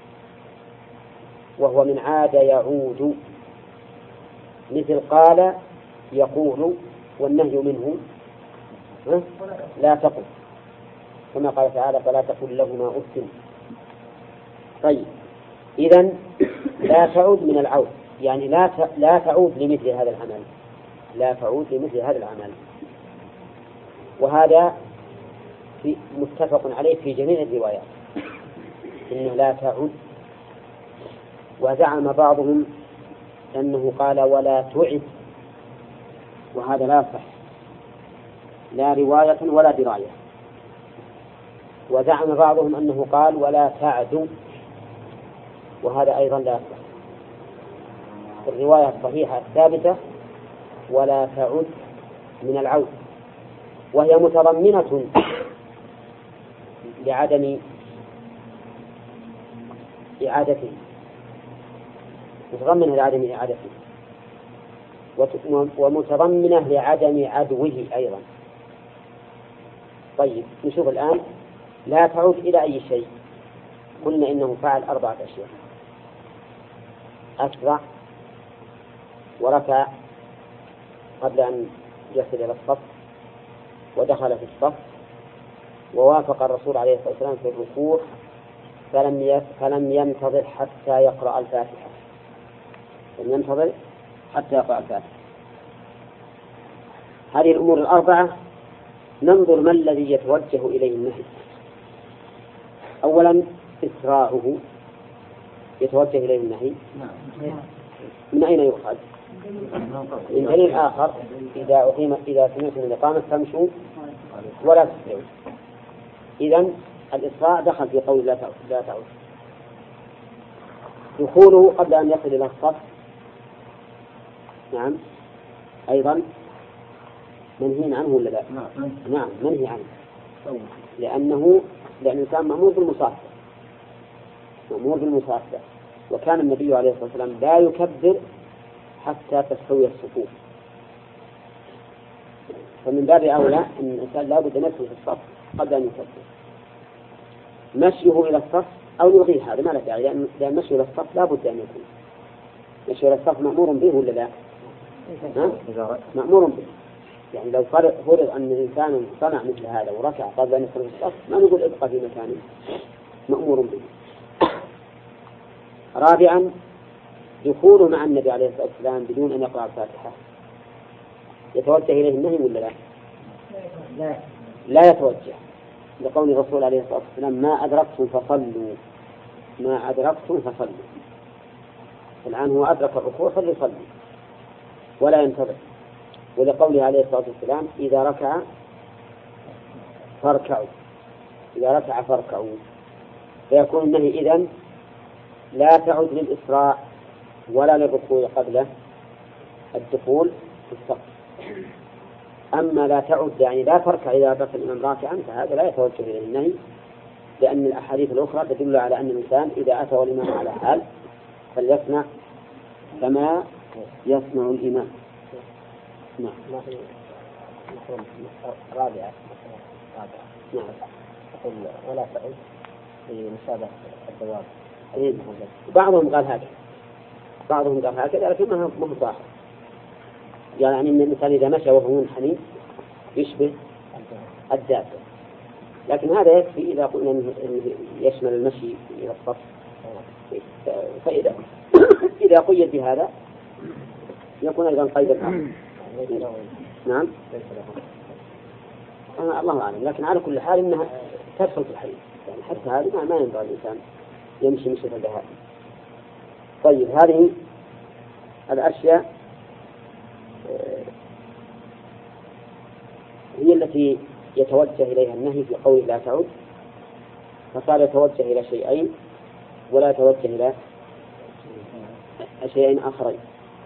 وهو من عاد يعود، مثل قال يقول، والنهي منه لا تقل، كما قال تعالى: فلا تقل لهما أف. طيب، إذن لا تعود من العود، يعني لا تعود لمثل هذا العمل، لا تعود لمثل هذا العمل. وهذا متفق عليه في جميع الروايات، إنه لا تعود. وزعم بعضهم أنه قال ولا تعد، وهذا لا صح، لا رواية ولا دراية. وزعم بعضهم أنه قال ولا تعد، وهذا أيضا لا صح. الرواية الصحيحة الثابتة ولا تعد من العود، وهي متضمنة لعدم إعادته، متضمنة لعدم إعادته، ومتضمنة لعدم عدوه أيضا. طيب، نشوف الآن لا تعود إلى أي شيء. قلنا إنه فعل 4 أشياء: أسرع، وركع قبل أن يصل إلى الصف، ودخل في الصف، ووافق الرسول عليه الصلاة والسلام في الركوع فلم ينتظر حتى يقرأ الفاتحة، لم ينتظر حتى يقرأ الفاتحة. هذه الأمور 4 ننظر ما الذي يتوجه إليه النهي. أولا إسراعه يتوجه إليه النهي، من أين يؤخذ؟ من دليل آخر: إذا سمعتم الإقامة فامشوا ولا تسرعوا. إذن الإسراع دخل في قول لا تعود. دخوله قبل أن يصل إلى الصف، نعم، أيضا منهي عنه ولا لا؟ نعم منهي عنه، لأن الإنسان مأمور بالمصافحة، وكان النبي عليه الصلاة والسلام لا يكبر حتى تستوي الصفوف. فمن باب أولى أن الإنسان لا بد أن يدخل في الصف قبل أن يكبر. مشيه إلى الصف أو يلغيه هذا ما له داعي، لأن مشيه إلى الصف لا بد أن يكون. مشيه إلى الصف مأمور به ولا لا؟ مأمور به. يعني لو فرض أن الإنسان صنع مثل هذا وركع قبل أن يدخل في الصف، ما نقول ابقى في مكانه، مأمور به. رابعا دخوله مع النبي عليه الصلاة والسلام بدون أن يقرأ الفاتحة، يتوجه إليه النهي ولا لا؟ لا يتوجه، لقول الرسول عليه الصلاة والسلام ما أدركتم فصلوا، ما أدركتم فصلوا. الآن هو أدرك الركوع فليصلي ولا ينتظر، ولقوله عليه الصلاة والسلام إذا ركع فاركعوا، إذا ركع فاركعوا، فيكون النهي إذن لا تعد للإسراع ولا للركوع قبل الدخول في الصف. أما لا تعد يعني لا تركع إذا أدرك الإمام راكعا فهذا لا يتوجه إليه النهي، لأن الأحاديث الأخرى تدل على أن الإنسان إذا أتى الإمام على حال فليصنع كما يصنع الإمام. نعم. رابعة. نعم. أقول ولا تعد لمشابهة الدواب. بعضهم قال هكذا، بعضهم قال هكذا، لكن ما هو ظاهر. يعني أن الإنسان إذا مشى وهو منحني يشبه الدابة، لكن هذا يكفي إذا قلنا أنه يشمل المشي إلى الصف. فإذا إذا قيد بهذا يكون أيضا قيدا. نعم. الله أعلم، لكن على كل حال إنها تدخل في الحديث، يعني حتى هذه ما ينبغي الإنسان يمشي مشي الذهاب. طيب هذه الأشياء هي التي يتوجه إليها النهي في قوله لا تعد، فصار يتوجه إلى شيئين ولا يتوجه إلى شيئين آخرين.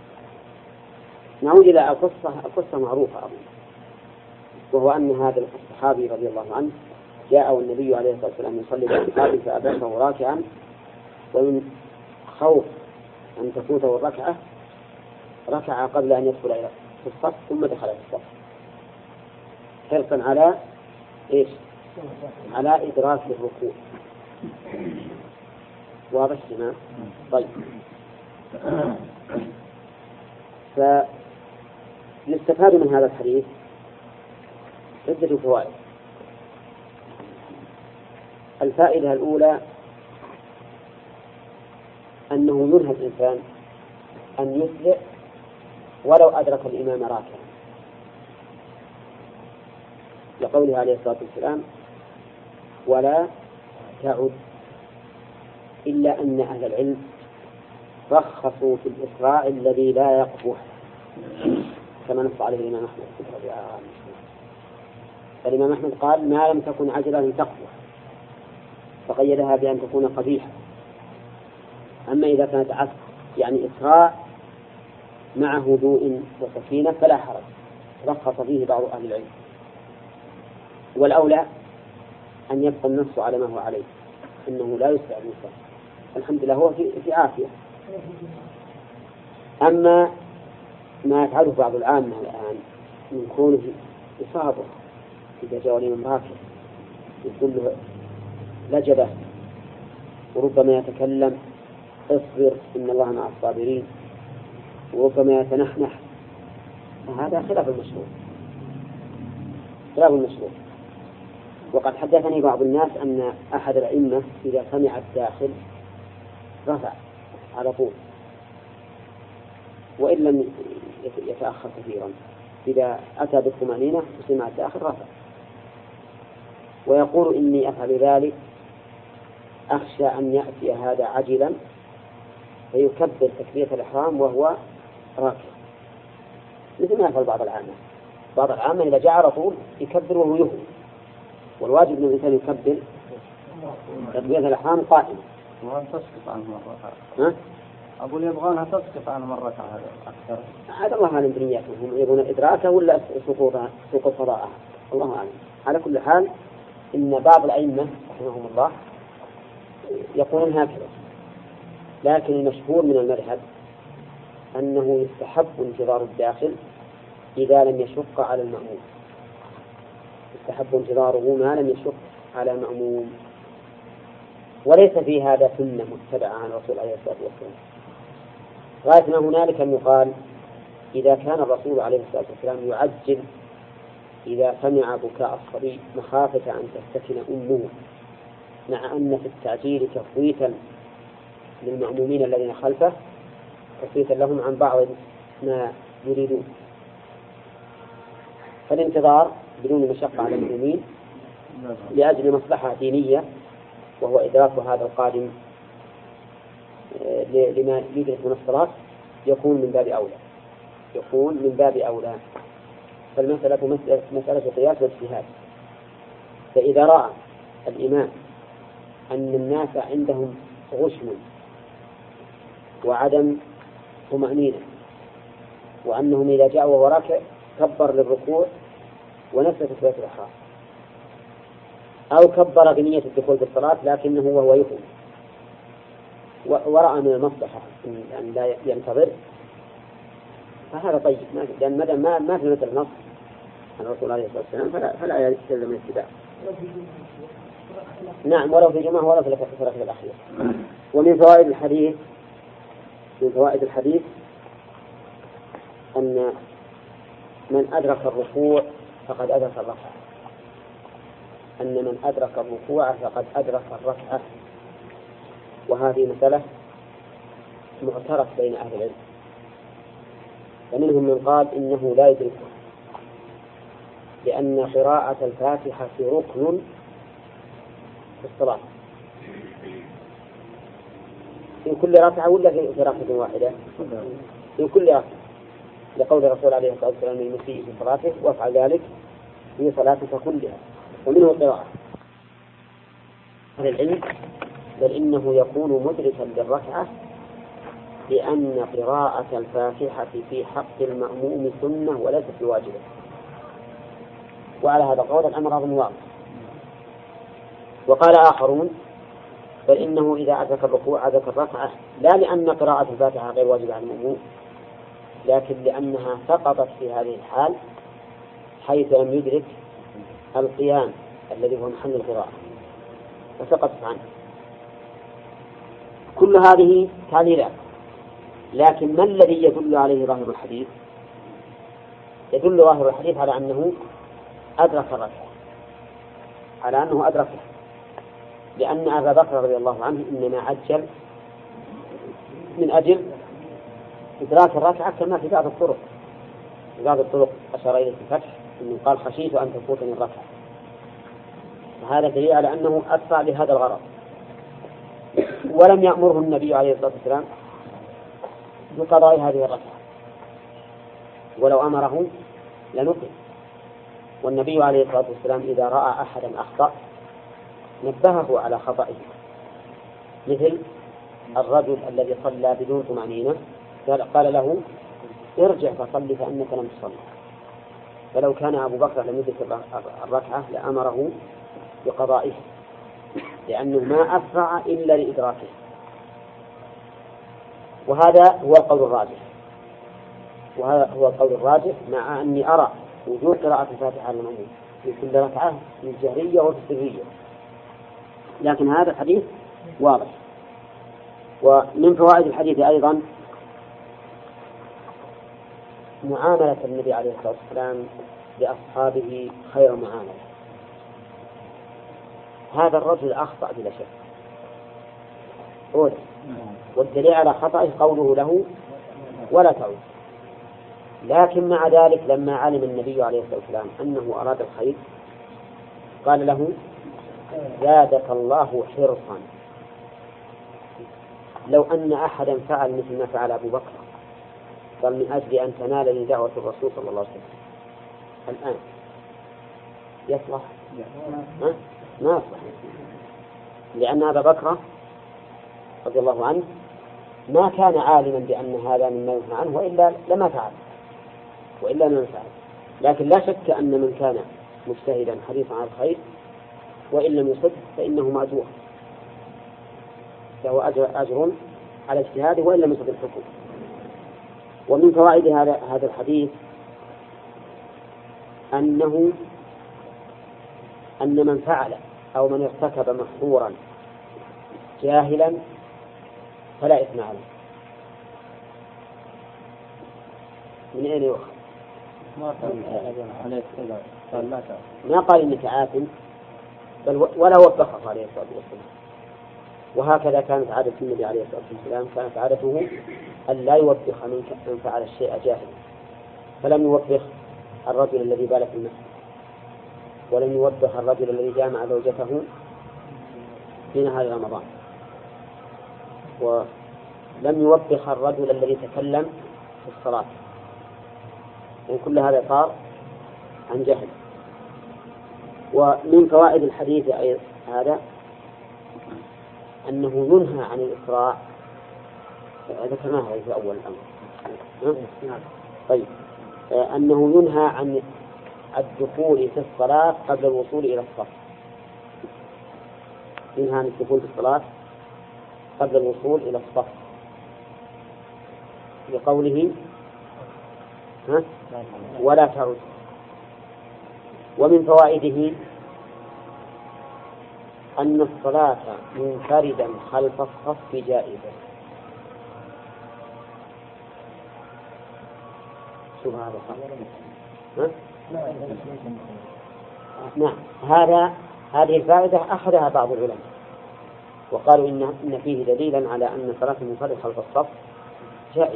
نعود إلى القصة معروفة أظن، وهو أن هذا الصحابي رضي الله عنه جاء والنبي عليه الصلاة والسلام يصلي بالصحابي فأباته راكعا، ومن خوف أن تفوته الركعة ركع قبل أن يدخل إلى الصف ثم دخل في الصف حرصا على إيش؟ على إدراك الركوع. واضح هنا؟ طيب، فنستفاد من هذا الحديث عدة فوائد. الفائدة الأولى أنه ينهى الإنسان أن يسرع ولو أدرك الإمام راكعا، لقوله عليه الصلاة والسلام ولا تعد، إلا أن أهل العلم رخصوا في الإسراع الذي لا يقبح كما نص عليه الإمام أحمد. فالإمام أحمد قال ما لم تكن عجلة تقبح، فقيدها بأن تكون قبيحة. أما إذا كانت يعني إسراع مع هدوء وسكينة فلا حرج، رخص فيه بعض أهل العلم. والأولى أن يبقى النص على ما هو عليه، أنه لا يسرع الإنسان، الحمد لله هو في عافية. أما ما يفعله بعض العامة الآن من كونه إصابة إذا جاء الإمام راكع يقول له لجبة، وربما يتكلم اصبر إن الله مع الصابرين، وربما يتنحنح، فهذا خلاف المشروع، خلاف المشروع. وقد حدثني بعض الناس أن أحد الأئمة إذا سمع الداخل رفع على طول وإن لم يتأخر كثيرا، إذا أتى بالطمأنينة وسمع الداخل رفع، ويقول إني أفعل ذلك أخشى أن يأتي هذا عجلا فيكبر تكبيرة الإحرام وهو راكع، مثل ما يفعل بعض العامة. بعض العامة إذا جاء على طول يكبر وهو يهوي، والواجب أن الإنسان يكبر تكبيرة الإحرام قائما. وأن تسقط عنه مرة. أقول يبغونها تسقط عنه مرة أكثر. هذا الله أعلم بنياتهم، هم يبغون إدراكه ولا سقوط قضاءها، الله أعلم. على كل حال إن بعض الأئمة رحمهم الله يقولون هكذا، لكن المشهور من المذهب أنه يستحب انتظار الداخل إذا لم يشق على المأموم، يستحب انتظاره ما لم يشق على المأموم، وليس في هذا سنة متبعة عن الرسول عليه الصلاة والسلام. غاية ما هنالك أن يقال إذا كان الرسول عليه الصلاة والسلام يعجل إذا سمع بكاء الصبي مخافة أن تستكن أمه، مع أن في التعجيل تفويتا للمأمومين الذين خلفه، تفويتا لهم عن بعض ما يريدون، فالانتظار بدون مشقة على المؤمنين لأجل مصلحة دينية وهو إدراك هذا القادم لما يدرك من الصلاة يكون من باب أولى فالمسألة مسألة قياس واجتهاد. فإذا رأى الإمام أن الناس عندهم غشم وعدم طمأنينة وأنهم إذا جاءوا وهو راكع كبر للركوع ونسى تكبيرة الإحرام أو كبر بنية الدخول في الصلاة لكنه وهو يفهم ورأى من المصلحة أن لا ينتظر فهذا طيب، لأن مدى ما في مثل نص عن الرسول عليه الصلاة والسلام فلا يلزم من الاتباع. نعم، ولو في جماعة ولا في الركعة الأخيرة. ومن فوائد الحديث أن من أدرك الركوع فقد أدرك الركعة، وهذه مسألة معترف بين أهل العلم، ومنهم من قال إنه لا يدركه لأن قراءة الفاتحة ركن في الصلاة في كل ركعة ولا في ركعة واحدة؟ في كل ركعة، لقول الرسول عليه الصلاة والسلام للمسيء في صلاته وافعل ذلك في صلاتك كلها. ومنه قراءة أهل العلم بل إنه يكون مدركا للركعة لأن قراءة الفاتحة في حق المأموم سنة وليست بواجبة. وعلى هذا القول الأمر أظن واضح. وقال آخرون بل إنه إذا أدرك الركوع أدرك الركعة لا لأن قراءة الفاتحة غير واجبة على المأموم لكن لأنها سقطت في هذه الحال حيث لم يدرك القيام الذي هو محل القراءة فسقطت عنه. كل هذه تعليلات، لكن ما الذي يدل عليه ظاهر الحديث؟ يدل ظاهر الحديث على أنه أدرك الركعة، لأن أبا بكر رضي الله عنه إنما عجل من أجل إدراك الركعة كما في بعض الطرق أشار إليه في الفتح إنه قال خشيت أن تفوتني الركعة، وهذا دليل على أنه أسرع لهذا الغرض. ولم يأمره النبي عليه الصلاة والسلام بقضاء هذه الركعة، ولو أمره لنقل. والنبي عليه الصلاة والسلام إذا رأى أحدا أخطأ نبهه على خطئه، مثل الرجل الذي صلى بدون طمأنينة قال له ارجع فصلي فإنك لم تصلي. فلو كان أبو بكر لم يدرك الركعة لأمره بقضائه لأنه ما أسرع إلا لإدراكه. وهذا هو القول الراجح مع أني أرى وجود قراءة الفاتحة على المأموم في كل ركعة في الجهرية وفي السرية، لكن هذا الحديث واضح. ومن فوائد الحديث أيضا معاملة النبي عليه الصلاة والسلام لأصحابه خير معاملة. هذا الرجل أخطأ بلا شك والدليل على خطأه قوله له ولا تعود، لكن مع ذلك لما علم النبي عليه الصلاة والسلام أنه أراد الخير قال له زادك الله حرصا. لو أن أحدا فعل مثل ما فعل أبو بكر قال من أجل أن تنال لي دعوة الرسول صلى الله عليه وسلم الآن يصلح؟ ما يصلح، لأن أبا بكر رضي الله عنه ما كان عالما بأن هذا مما ينهى عنه وإلا لما فعل لكن لا شك أن من كان مجتهدا حريصا على الخير وإن لم يصد فإنه مأجور له أجر على اجتهاده وإن لم يصد الحكم. ومن فوائد هذا الحديث أن من فعل أو من ارتكب محظورا جاهلا فلا إثم عليه. من أين يؤخذ؟ ما قال إنك آثم بل ولا وبخه عليه الصلاة والسلام. وهكذا كانت عادة النبي عليه الصلاة والسلام، كانت عادته أن لا يوبخ من فعل الشيء جاهلا، فلم يوبخ الرجل الذي بال في المسجد، ولم يوبخ الرجل الذي جامع زوجته في نهار رمضان، ولم يوبخ الرجل الذي تكلم في الصلاة، يعني كل هذا صار عن جهل. ومن فوائد الحديث هذا أنه ينهى عن الإسراع، ذكرناها في أول الأمر. طيب، أنه ينهى عن الدخول في الصلاة قبل الوصول إلى الصف، ينهى عن الدخول في الصلاة قبل الوصول إلى الصف لقوله ولا تعود. ومن فوائده أن الصلاة منفردا خلف الصف جائزة. شوف هذا صح؟ نعم، هذه الفائدة أخذها بعض العلماء وقالوا إن فيه دليلا على أن صلاة المنفرد خلف الصف جائزة،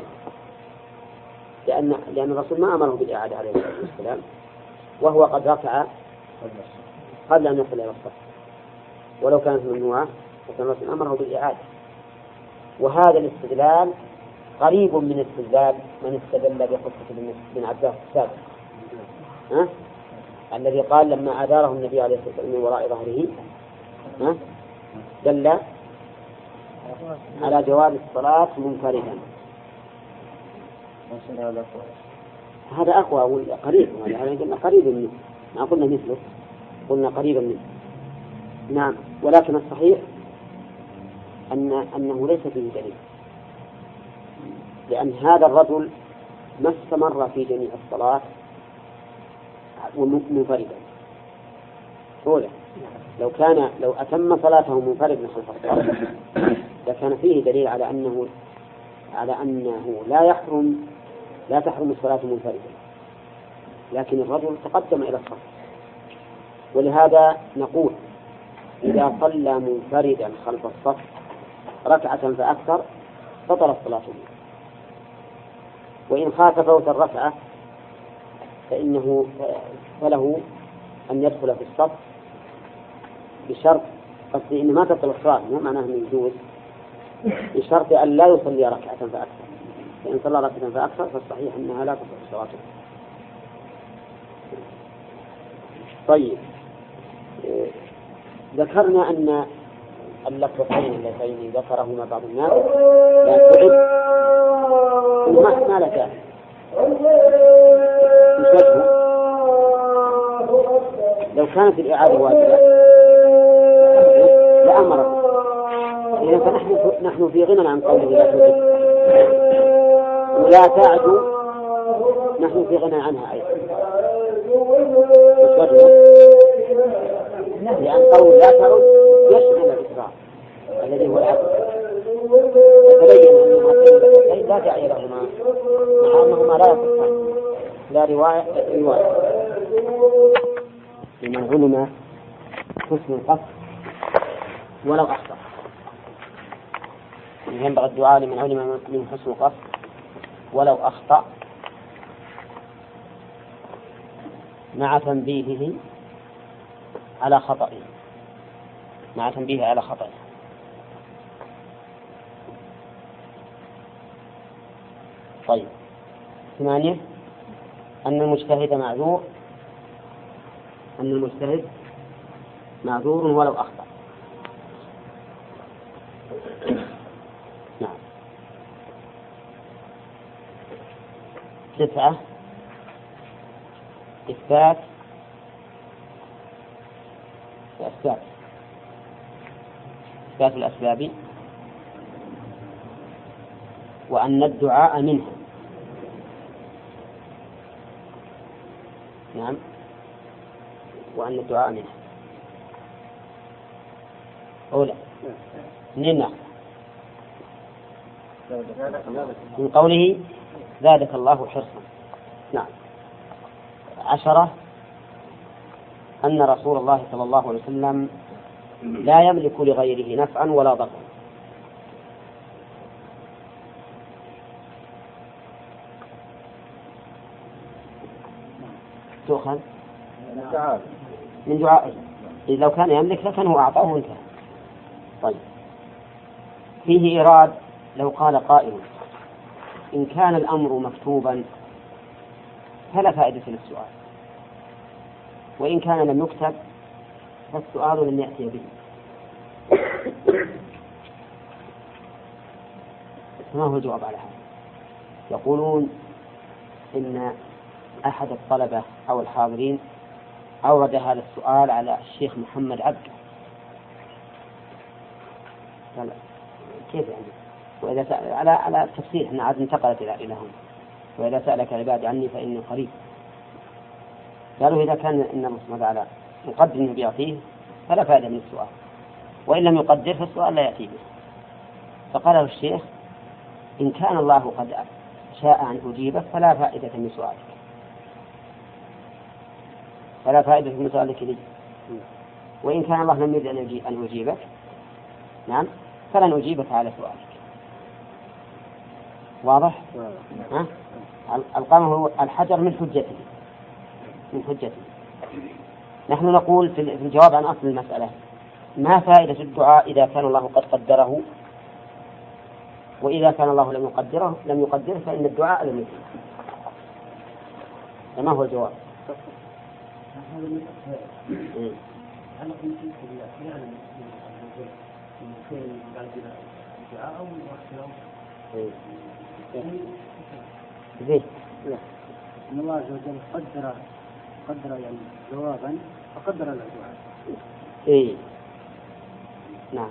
لأن الرسول ما أمره بالإعادة عليه الصلاة والسلام، وهو قد ركع قبل أن يصل إلى الصف، ولو كانت ممنوعة فكان الرسول أمره بالإعادة. وهذا الاستدلال قريب من استدلال من استدل بقصة بن عباس السابق الذي قال لما أداره النبي عليه الصلاة والسلام من وراء ظهره دل على جواز الصلاة منفردا. هذا أقوى قريب، هذا قلنا قريب منه، ما قلنا مثله، قلنا قريبا منه. نعم، ولكن الصحيح أنه ليس فيه دليل، لأن هذا الرجل ما استمر في جميع الصلاة منفردا. أولا لو أتم صلاته منفردا خلف الصلاة لكان فيه دليل على أنه لا تحرم الصلاة منفردا، لكن الرجل تقدم إلى الصف. ولهذا نقول إذا صلى منفردا خلف الصف ركعة فأكثر بطلت صلاته، وإن خاف فوت الركعة فله أن يدخل في الصف بشرط، قصدي إن ما تبطل الصلاة مو معناه أنه يجوز، بشرط أن لا يصلي ركعة فأكثر، فإن صلى ركعة فأكثر فالصحيح أنها لا تصح صلاته. طيب، ذكرنا أن اللفظتين اللتين ذكرهما بعض الناس لا تعد ما لك يشبه. لو كانت الإعادة واجبة لأمر، إذا فنحن في غنى عن قوله لا تعد ولا تعد، نحن في غنى عنها أيضا، لأن قول لا تعد يشمل الإسراء الذي هو العدل، فتبين أن هاتين لا داعي لهما مع أنهما لا يصحان لا رواية. لمن علم حسن القصد ولو أخطأ، ينبغي الدعاء لمن علم من حسن القصد ولو أخطأ مع تنبيهه على خطئه، مع تنبيهه على خطئه. طيب، 8 أن المجتهد معذور ولو أخطأ. نعم. 9 إثبات الأسباب وأن الدعاء منها. نعم، وأن الدعاء منها. أولا منين من قوله زادك الله حرصا. نعم. 10 أن رسول الله صلى الله عليه وسلم لا يملك لغيره نفعا ولا ضرا. تؤخذ من دعائه. إذا لو كان يملك لكنه أعطاه وانتهى. طيب، فيه إيراد لو قال قائل إن كان الأمر مكتوبا فلا فائدة للسؤال، وإن كان لم يكتب فالسؤال لم يأتي به. ما هو الجواب على هذا؟ يقولون إن أحد الطلبة أو الحاضرين أورد هذا السؤال على الشيخ محمد عبده. قال كيف يعني؟ وإذا سأل على التفسير إحنا عاد انتقلت إلى هم، وإذا سألك عبادي عني فإني قريب. قالوا إذا كان إن الله سبحانه وتعالى مقدر إنه بيعطيه فلا فائدة من السؤال، وإن لم يقدر فالسؤال لا يأتي به. فقال له الشيخ إن كان الله قد شاء أن أجيبك فلا فائدة من سؤالك، فلا فائدة من سؤالك لي، وإن كان الله لم يرد أن أجيبك نعم فلن أجيبك على سؤالك. واضح؟ القامه الحجر من حجته. نحن نقول في الجواب عن أصل المسألة ما فائدة الدعاء إذا كان الله قد قدره، وإذا كان الله لم يقدره فإن الدعاء لم يكن. فما هو الجواب؟ زين. إن الله عز وجل قدر يعني جوابا فقدر الدعاء. إيه نعم.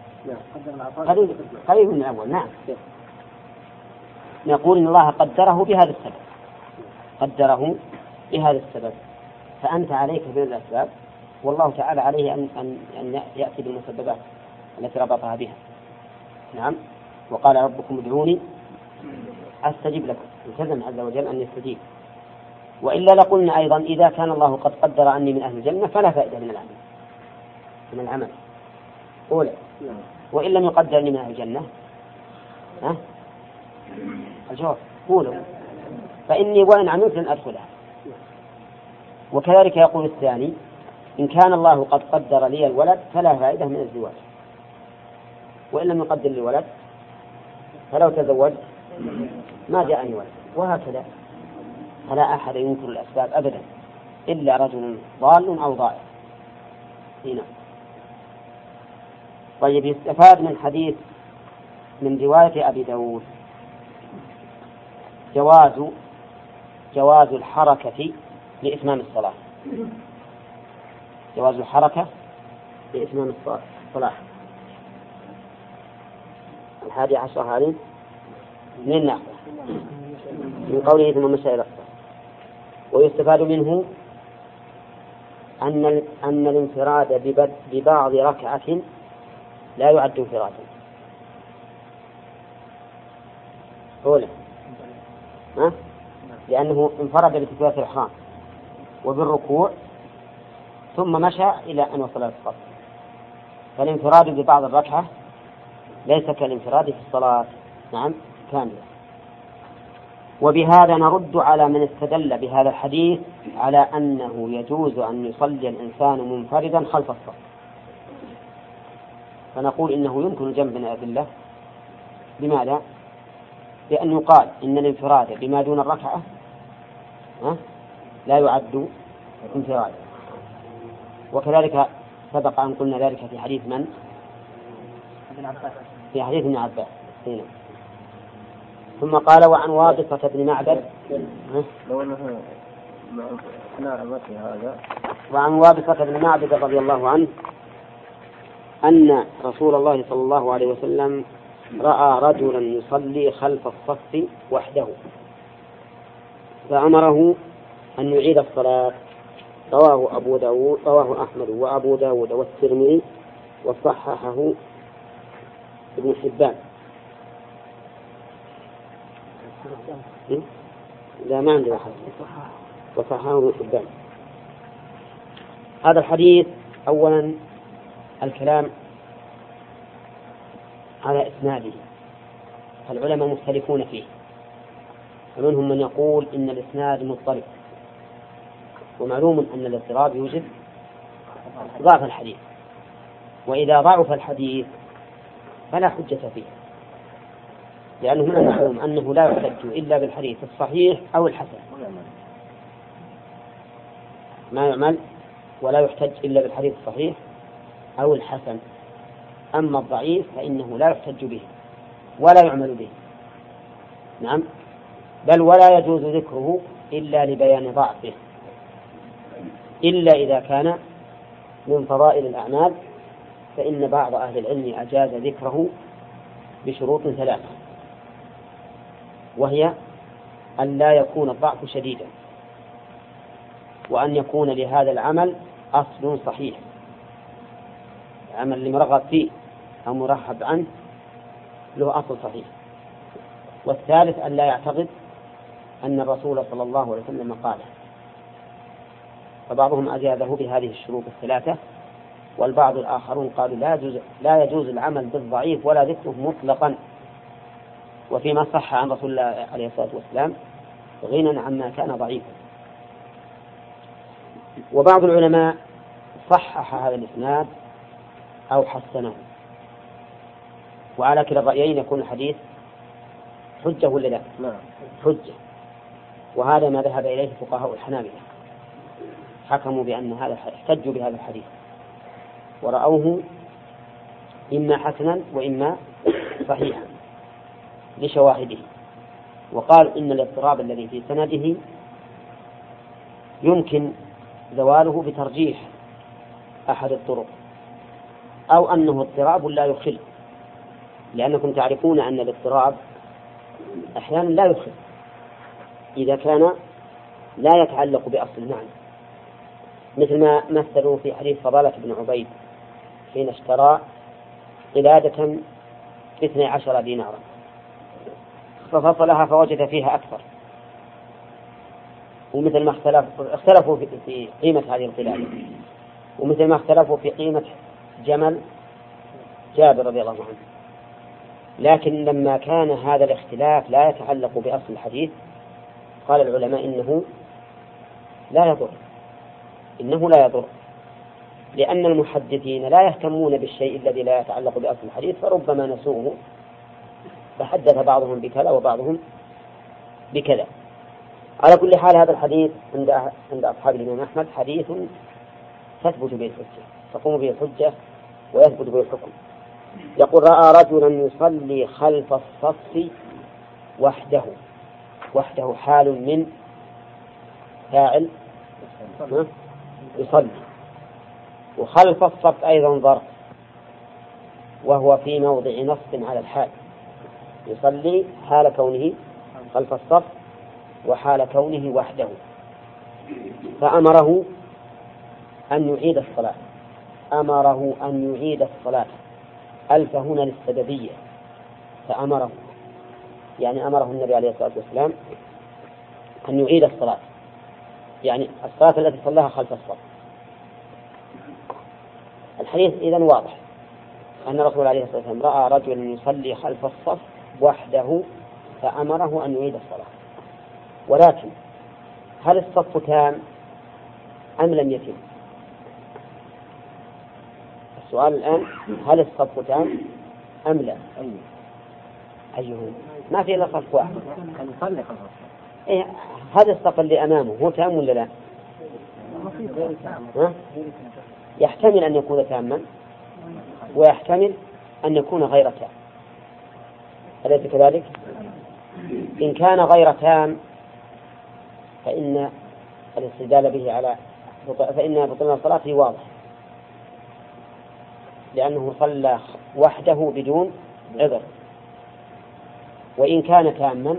قريب من الأول. نعم. نقول إن الله قدره بهذا السبب، فأنت عليك بالأسباب، والله تعالى عليه أن يأتي بالمسببات التي ربطها بها. نعم. وقال ربكم ادعوني أستجب لكم، التزم عز وجل أن يستجيب. وإلا لقلنا أيضا إذا كان الله قد قدر أني من أهل الجنة فلا فائدة من العمل أولى، وإن لم يقدر أني من أهل الجنة الجواب قولوا فإني وإن عملت لن أدخلها. وكذلك يقول الثاني إن كان الله قد قدر لي الولد فلا فائدة من الزواج، وإن لم يقدر لي ولد فلو تزوجت ما جاءني ولد. وهكذا فلا أحد ينكر الأسباب أبدا إلا رجل ضال أو ضائع. هنا طيب، يستفاد من حديث من رواية أبي داود جواز الحركة لإتمام الصلاة. جواز الحركة لإتمام الصلاة. 11 هذه من ناحية من قوله ثم مشى إلى الصلاة. ويستفاد منه أن الانفراد ببعض ركعة لا يعد انفرادا. أولا لأنه انفرد بتكبيرة الإحرام وبالركوع ثم مشى إلى أن وصل إلى الصف، فالانفراد ببعض الركعة ليس كالانفراد في الصلاة نعم كاملة. وبهذا نرد على من استدل بهذا الحديث على أنه يجوز أن يصلي الإنسان منفردا خلف الصف، فنقول إنه يمكن الجمع بين الأدلة. لماذا؟ لأن يقال إن الانفراد بما دون الركعة لا يعد انفرادا، وكذلك سبق أن قلنا ذلك في حديث من؟ في حديث ابن عباس. ثم قال وعن وابصة بن معبد وعن وابصة بن معبد رضي الله عنه أن رسول الله صلى الله عليه وسلم رأى رجلا يصلي خلف الصف وحده فأمره أن يعيد الصلاة. رواه أحمد وأبو داود والترمذي وصححه ابن حبان. لا ما عندي واحد وصححه ابن حبان. هذا الحديث أولا الكلام على إسناده، العلماء مختلفون فيه، فمنهم من يقول إن الإسناد مضطرب ومعلوم أن الاضطراب يوجب ضعف الحديث، وإذا ضعف الحديث فلا حجة فيه، لأنه من المعلوم أنه لا يحتج إلا بالحديث الصحيح أو الحسن، ما يعمل ولا يحتج إلا بالحديث الصحيح أو الحسن. أما الضعيف فإنه لا يحتج به ولا يعمل به، نعم، بل ولا يجوز ذكره إلا لبيان ضعفه، إلا إذا كان من فضائل الأعمال، فإن بعض أهل العلم أجاز ذكره بشروط ثلاثة، وهي أن لا يكون الضعف شديدا، وأن يكون لهذا العمل أصل صحيح، العمل اللي مرغب فيه أو مرحب عنه له أصل صحيح، والثالث أن لا يعتقد أن الرسول صلى الله عليه وسلم قاله. فبعضهم أجازه بهذه الشروط الثلاثة، والبعض الآخرون قالوا لا يجوز العمل بالضعيف ولا ذكره مطلقا، وفيما صح عن رسول الله عليه الصلاة والسلام غنى عما كان ضعيفا. وبعض العلماء صحح هذا الإسناد أو حسنه، وعلى كلا الرأيين يكون الحديث حجة ولا لا؟ حجة. وهذا ما ذهب إليه فقهاء الحنابلة، حكموا بأن هذا احتجوا بهذا الحديث ورأوه إما حسنا وإما صحيحا لشواهده، وقالوا إن الاضطراب الذي في سنده يمكن زواله بترجيح أحد الطرق، أو أنه اضطراب لا يخل، لأنكم تعرفون أن الاضطراب أحيانا لا يخل إذا كان لا يتعلق بأصل المعنى، مثل ما مثلوا في حديث فضالة بن عبيد حين اشترى قلادة 12 دينارا ففصلها فوجد فيها أكثر، ومثل ما اختلفوا في قيمة هذه القلادة، ومثل ما اختلفوا في قيمة جمل جابر رضي الله عنه. لكن لما كان هذا الاختلاف لا يتعلق بأصل الحديث قال العلماء إنه لا يضر، لأن المحدثين لا يهتمون بالشيء الذي لا يتعلق بأصل الحديث، فربما نسوه فحدث بعضهم بكذا وبعضهم بكذا. على كل حال هذا الحديث عند أصحاب الإمام أحمد حديث تثبت به الحجة، تقوم به الحجة ويثبت به الحكم. يقول رأى رجلا يصلي خلف الصف وحده حال من فاعل يصلي، وخلف الصف أيضا ظرف، وهو في موضع نصب على الحال، يصلي حال كونه خلف الصف وحال كونه وحده، فأمره أن يعيد الصلاة. ألف هنا للسببية، فأمره يعني أمره النبي عليه الصلاة والسلام أن يعيد الصلاة، يعني الصلاة التي صلاها خلف الصف. الحديث إذن واضح أن الرسول عليه الصلاة والسلام رأى رجلا يصلي خلف الصف وحده فأمره أن يعيد الصلاة. ولكن هل الصف تام أم لم يتم؟ السؤال الآن هل الصف تام أم لا؟ أيوه ما في إلا صف واحد. هذا الصف اللي أمامه هو تام ولا لا؟ يحتمل أن يكون تاما ويحتمل أن يكون غير تام، أليس كذلك؟ إن كان غير تام فإن الاستدلال به فإن بطلان صلاته واضح، لأنه صلى وحده بدون عذر. وإن كان تاما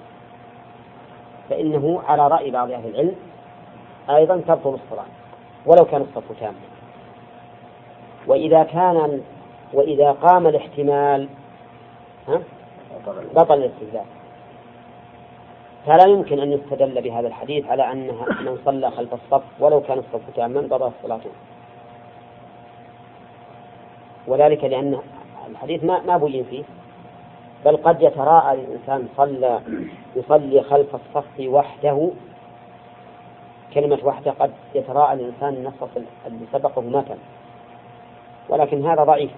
فإنه على رأي بعض أهل العلم أيضا تبطل الصلاة ولو كان الصف تاما. وإذا قام الاحتمال بطل الاستدلال. فلا يمكن أن يستدل بهذا الحديث على أن من صلى خلف الصف ولو كان الصف تاما بطلت صلاته، وذلك لأن الحديث ما بين فيه، بل قد يتراءى الإنسان يصلي خلف الصف وحده كلمة وحده قد يتراءى الإنسان النص اللي سبقه ما تم، ولكن هذا ضعيف.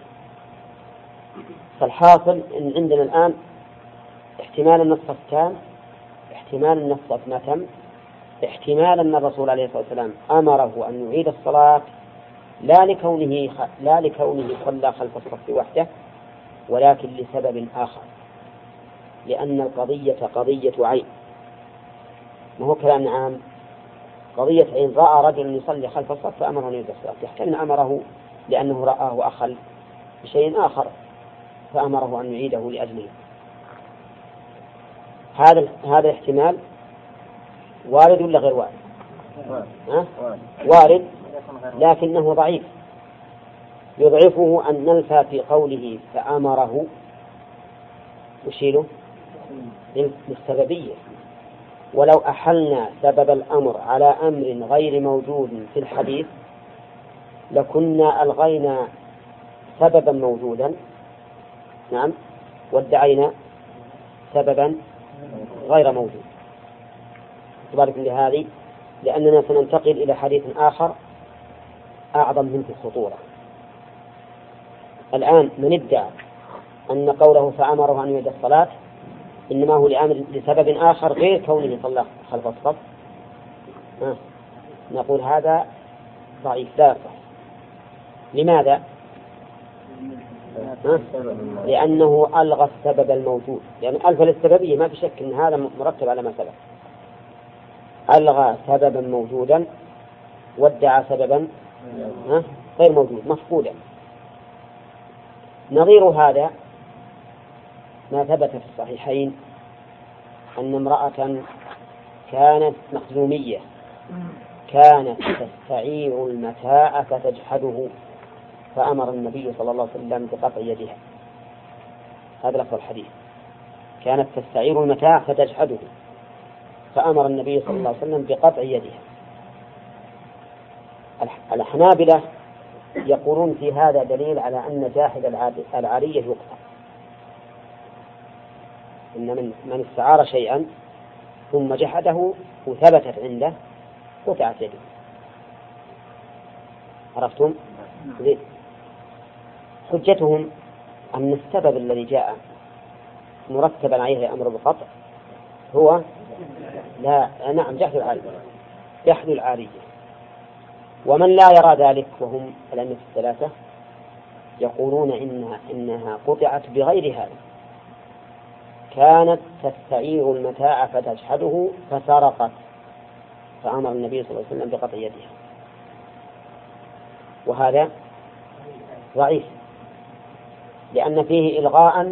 فالحاصل إن عندنا الآن احتمال النص التام، احتمال النص ما تم، احتمال أن الرسول عليه الصلاة والسلام أمره أن يعيد الصلاة لا لكونه صلى خلف الصف وحده، ولكن لسبب آخر، لأن القضية قضية عين، ما هو كلام عام، قضية عين. رأى رجل يصلي خلف الصف فأمره أن يعيد الصلاة، يحتمل أمره لأنه رآه أخل بشيء آخر فأمره أن يعيده لأجله. هذا احتمال وارد ولا غير وارد؟ وارد، لكنه ضعيف. يضعفه أن نلفى في قوله فأمره يشيله للسببية، ولو أحلنا سبب الأمر على أمر غير موجود في الحديث لكنا ألغينا سببا موجودا، نعم، وادعينا سببا غير موجود. تبارك لهذه، لأننا سننتقل إلى حديث آخر أعظم منه الخطورة. الآن من ادعى أن قوله فأمره أن يعيد الصلاة إنما هو لسبب آخر غير كونه صلى خلف الصف، نقول هذا ضعيف لا يصح. لماذا؟ لأنه ألغى السبب الموجود، يعني ألغى السببية، ما في شك أن هذا مرتب على ما سبق. ألغى سببا موجودا وادعى سببا غير موجود مفقودا. نظير هذا ما ثبت في الصحيحين أن امرأة كانت مخزومية كانت تستعير المتاع فتجحده، فأمر النبي صلى الله عليه وسلم بقطع يدها. هذا لفظ الحديث، كانت تستعير المتاع فتجحده، فأمر النبي صلى الله عليه وسلم بقطع يدها. الحنابلة يقولون في هذا دليل على أن جاحد العارية يقطع، إن من استعار شيئا ثم جحده وثبتت عنده قطعت يده. عرفتم؟ حجتهم أن السبب الذي جاء مرتبا عليه أمر بالقطع هو جحد العارية. ومن لا يرى ذلك وهم الأئمة الثلاثة يقولون إنها قطعت بغير هذا، كانت تستعير المتاع فتجحده فسرقت، فأمر النبي صلى الله عليه وسلم بقطع يدها. وهذا ضعيف لأن فيه إلغاء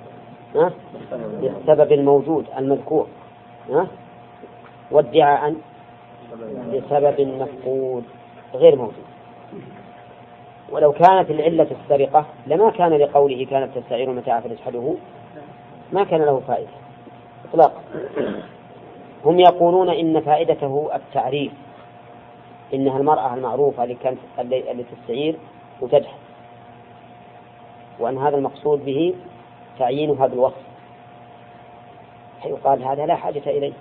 للسبب الموجود المذكور وادعاء لسبب مفقود غير موجود. ولو كانت العلة السرقة لما كان لقوله كانت تستعير المتاع فتجحده ما كان له فائدة إطلاقا. هم يقولون إن فائدته التعريف، إنها المرأة المعروفة اللي تستعير وتجحد، وأن هذا المقصود به تعيينها بالوصف، فيقال هذا لا حاجة إليه،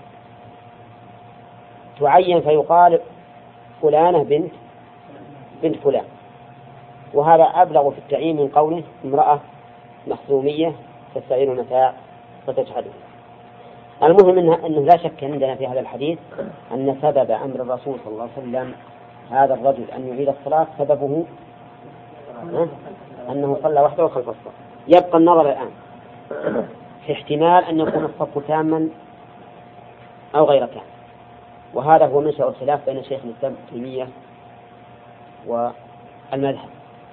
تعين فيقال فلانة بنت فلان، وهذا أبلغ في التعيين من قوله امرأة مخزومية تستعير المتاع وتجحده. المهم أنه لا شك عندنا في هذا الحديث أن سبب أمر الرسول صلى الله عليه وسلم هذا الرجل أن يعيد الصلاة سببه أنه صلى وحده خلف الصف. يبقى النظر الآن في احتمال أن يكون الصف تاما أو غير تام، وهذا هو منشأ الخلاف بين شيخ الإسلام ابن تيمية والمذهب.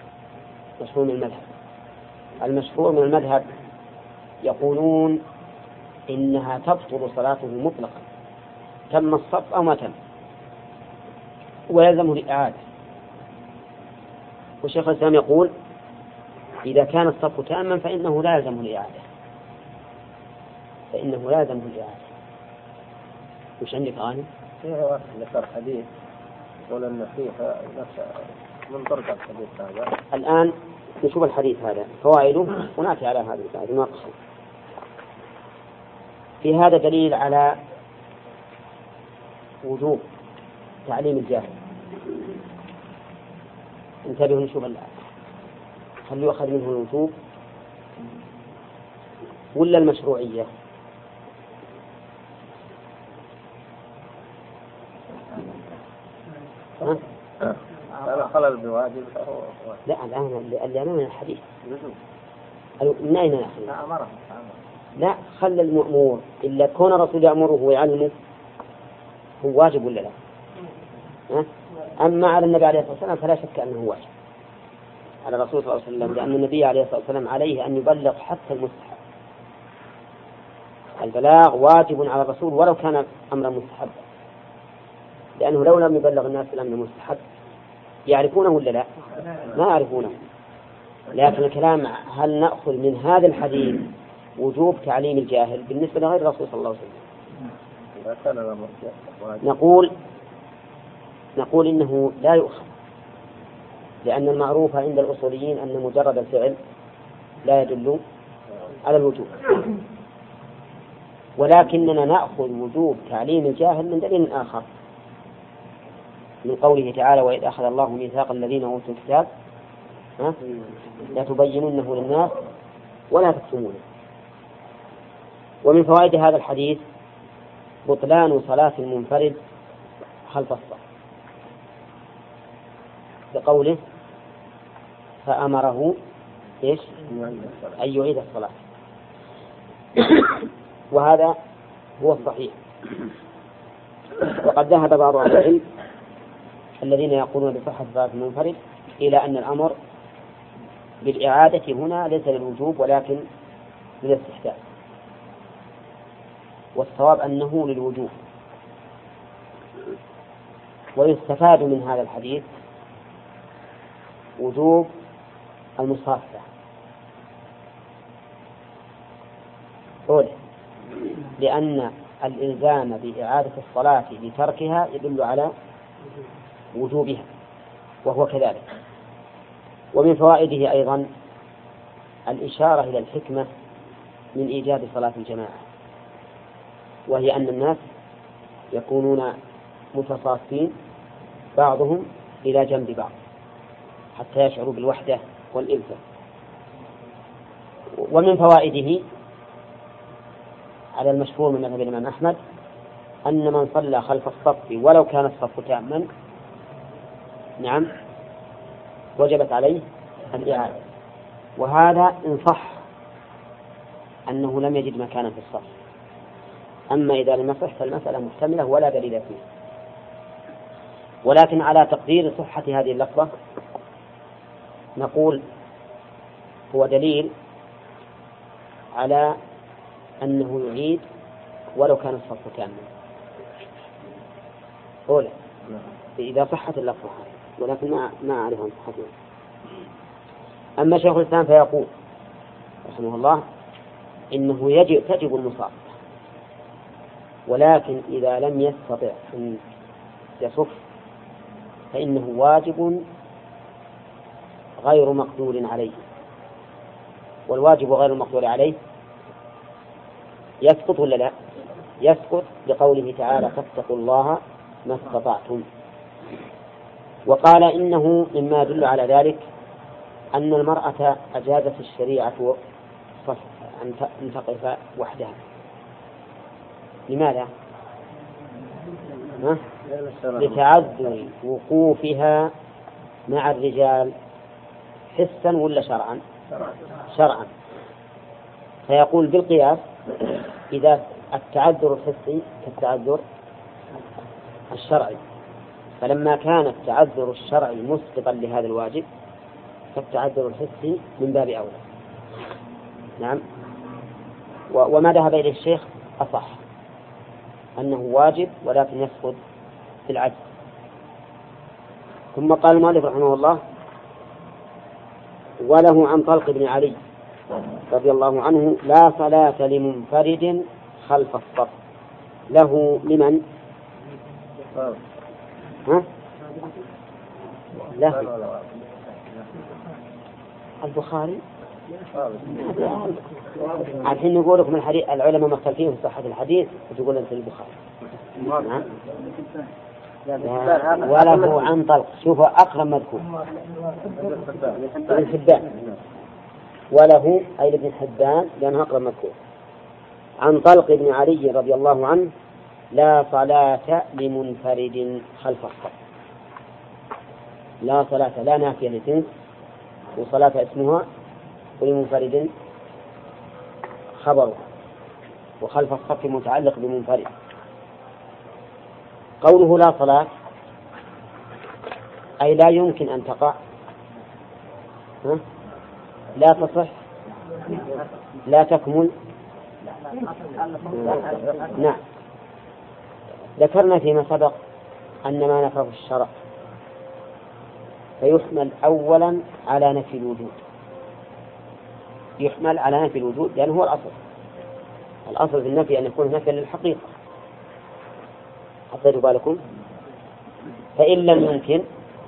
المشهور من المذهب يقولون إنها تبطل صلاته مطلقا، تم الصف أو ما تم، ويلزمه الإعادة. وشيخ الإسلام يقول إذا كان الصف تاما فإنه لا يلزمه الإعادة، وش عندك غانم؟ فيها واحد ذكر حديث يقول أن فيها نفس من طرق الحديث هذا. الآن نشوف الحديث هذا فوائده ونأتي على هذا المناقشة. في هذا دليل على وجوب تعليم الجاهل. انتبهوا نشوف الآن، هل يؤخذ منه الوجوب ولا المشروعية؟ أنا خلل بواجب فهو لا الآن اللي أمامنا الحديث من أين نأخذ؟ لا خلى المأمور إلا كون الرسول يأمره ويعلمه هو واجب ولا لا؟ أما على النبي عليه الصلاة والسلام فلا شك أنه واجب على الرسول صلى الله عليه وسلم، لأن النبي عليه الصلاة والسلام عليه أن يبلغ حتى المستحب. البلاغ واجب على الرسول ولو كان أمرا مستحبا، لأنه لو لم يبلغ الناس الأمر المستحب يعرفونه ولا لا؟ ما يعرفونه. لكن الكلام هل نأخذ من هذا الحديث وجوب تعليم الجاهل بالنسبة لغير الرسول صلى الله عليه وسلم؟ نقول إنه لا يؤخذ، لأن المعروف عند الأصوليين أن مجرد الفعل لا يدل على الوجوب، ولكننا نأخذ وجوب تعليم الجاهل من دليل آخر، من قوله تعالى: وإذ أخذ الله ميثاق الذين أوتوا الكتاب لا تبيننه للناس ولا تكتمونه. ومن فوائد هذا الحديث بطلان صلاة المنفرد خلف الصف، بقوله: فأمره أن يعيد الصلاة. وهذا هو الصحيح. وقد ذهب بعض أهل العلم الذين يقولون بصحة صلاة المنفرد إلى أن الأمر بالإعادة هنا ليس للوجوب ولكن للاستحباب، والصواب أنه للوجوب. ويستفاد من هذا الحديث وجوب المصافحة، لأن الإلزام بإعادة الصلاة لتركها يدل على وجوبها، وهو كذلك. ومن فوائده أيضا الإشارة إلى الحكمة من إيجاد صلاة الجماعة، وهي أن الناس يكونون متصافين بعضهم إلى جنب بعض حتى يشعروا بالوحدة والإلفة. ومن فوائده على المشهور من مذهب الإمام أحمد أن من صلى خلف الصف ولو كان الصف تاما وجبت عليه الإعادة، وهذا إن صح أنه لم يجد مكانا في الصف. أما إذا لم يصح فالمسألة محتملة ولا دليل فيه. ولكن على تقدير صحة هذه اللفظة نقول هو دليل على أنه يعيد ولو كان الصف تاما، إذا صحت اللفظة، ولكن ما أعرف عن صحتها. أما شيخ الإسلام فيقول رحمه الله إنه تجب المصافحة، ولكن إذا لم يستطع أن يصف فإنه واجب غير مقدور عليه، والواجب غير المقدور عليه يسقط ولا لا؟ يسقط، لقوله تعالى: فاتقوا الله ما استطعتم. وقال إنه مما يدل على ذلك أن المرأة أجازت الشريعة أن تقف وحدها. لماذا؟ لتعذر وقوفها مع الرجال حسا ولا شرعا؟ شرعا. فيقول بالقياس إذا التعذر الحسي كالتعذر الشرعي، فلما كان التعذر الشرعي مسقطا لهذا الواجب فالتعذر الحسي من باب أولى. نعم. وما ذهب إليه الشيخ أصح، أنه واجب ولكن يسقط في العجز. ثم قال المؤلف رحمه الله: وله عن طلق بن علي رضي الله عنه: لا صلاة لمنفرد خلف الصف. له لمن؟ لا البخاري. عشان نقول لكم الحديث العلماء مختلفين في صحة الحديث وتقول أنت البخاري. وله عن طلق. شوفوا أقرب مذكور ابن حبان، وله أي ابن حبان لأنه أقرب مذكور. عن طلق بن علي رضي الله عنه: لا صلاة لمنفرد خلف الصف. لا صلاة لا نافية لجنس، وصلاة اسمها، ولمنفرد خبرها، وخلف الصف متعلق بمنفرد. قوله لا صلاة أي لا يمكن أن تقع، لا تصح، لا تكمل. نعم. ذكرنا فيما سبق أن ما نفى الشرع فيحمل أولا على نفي الوجود، يحمل على نفي الوجود لأنه هو الأصل. الأصل في النفي أن يكون نفيا للحقيقة. أخذوا بالكم؟ فإن لم يمكن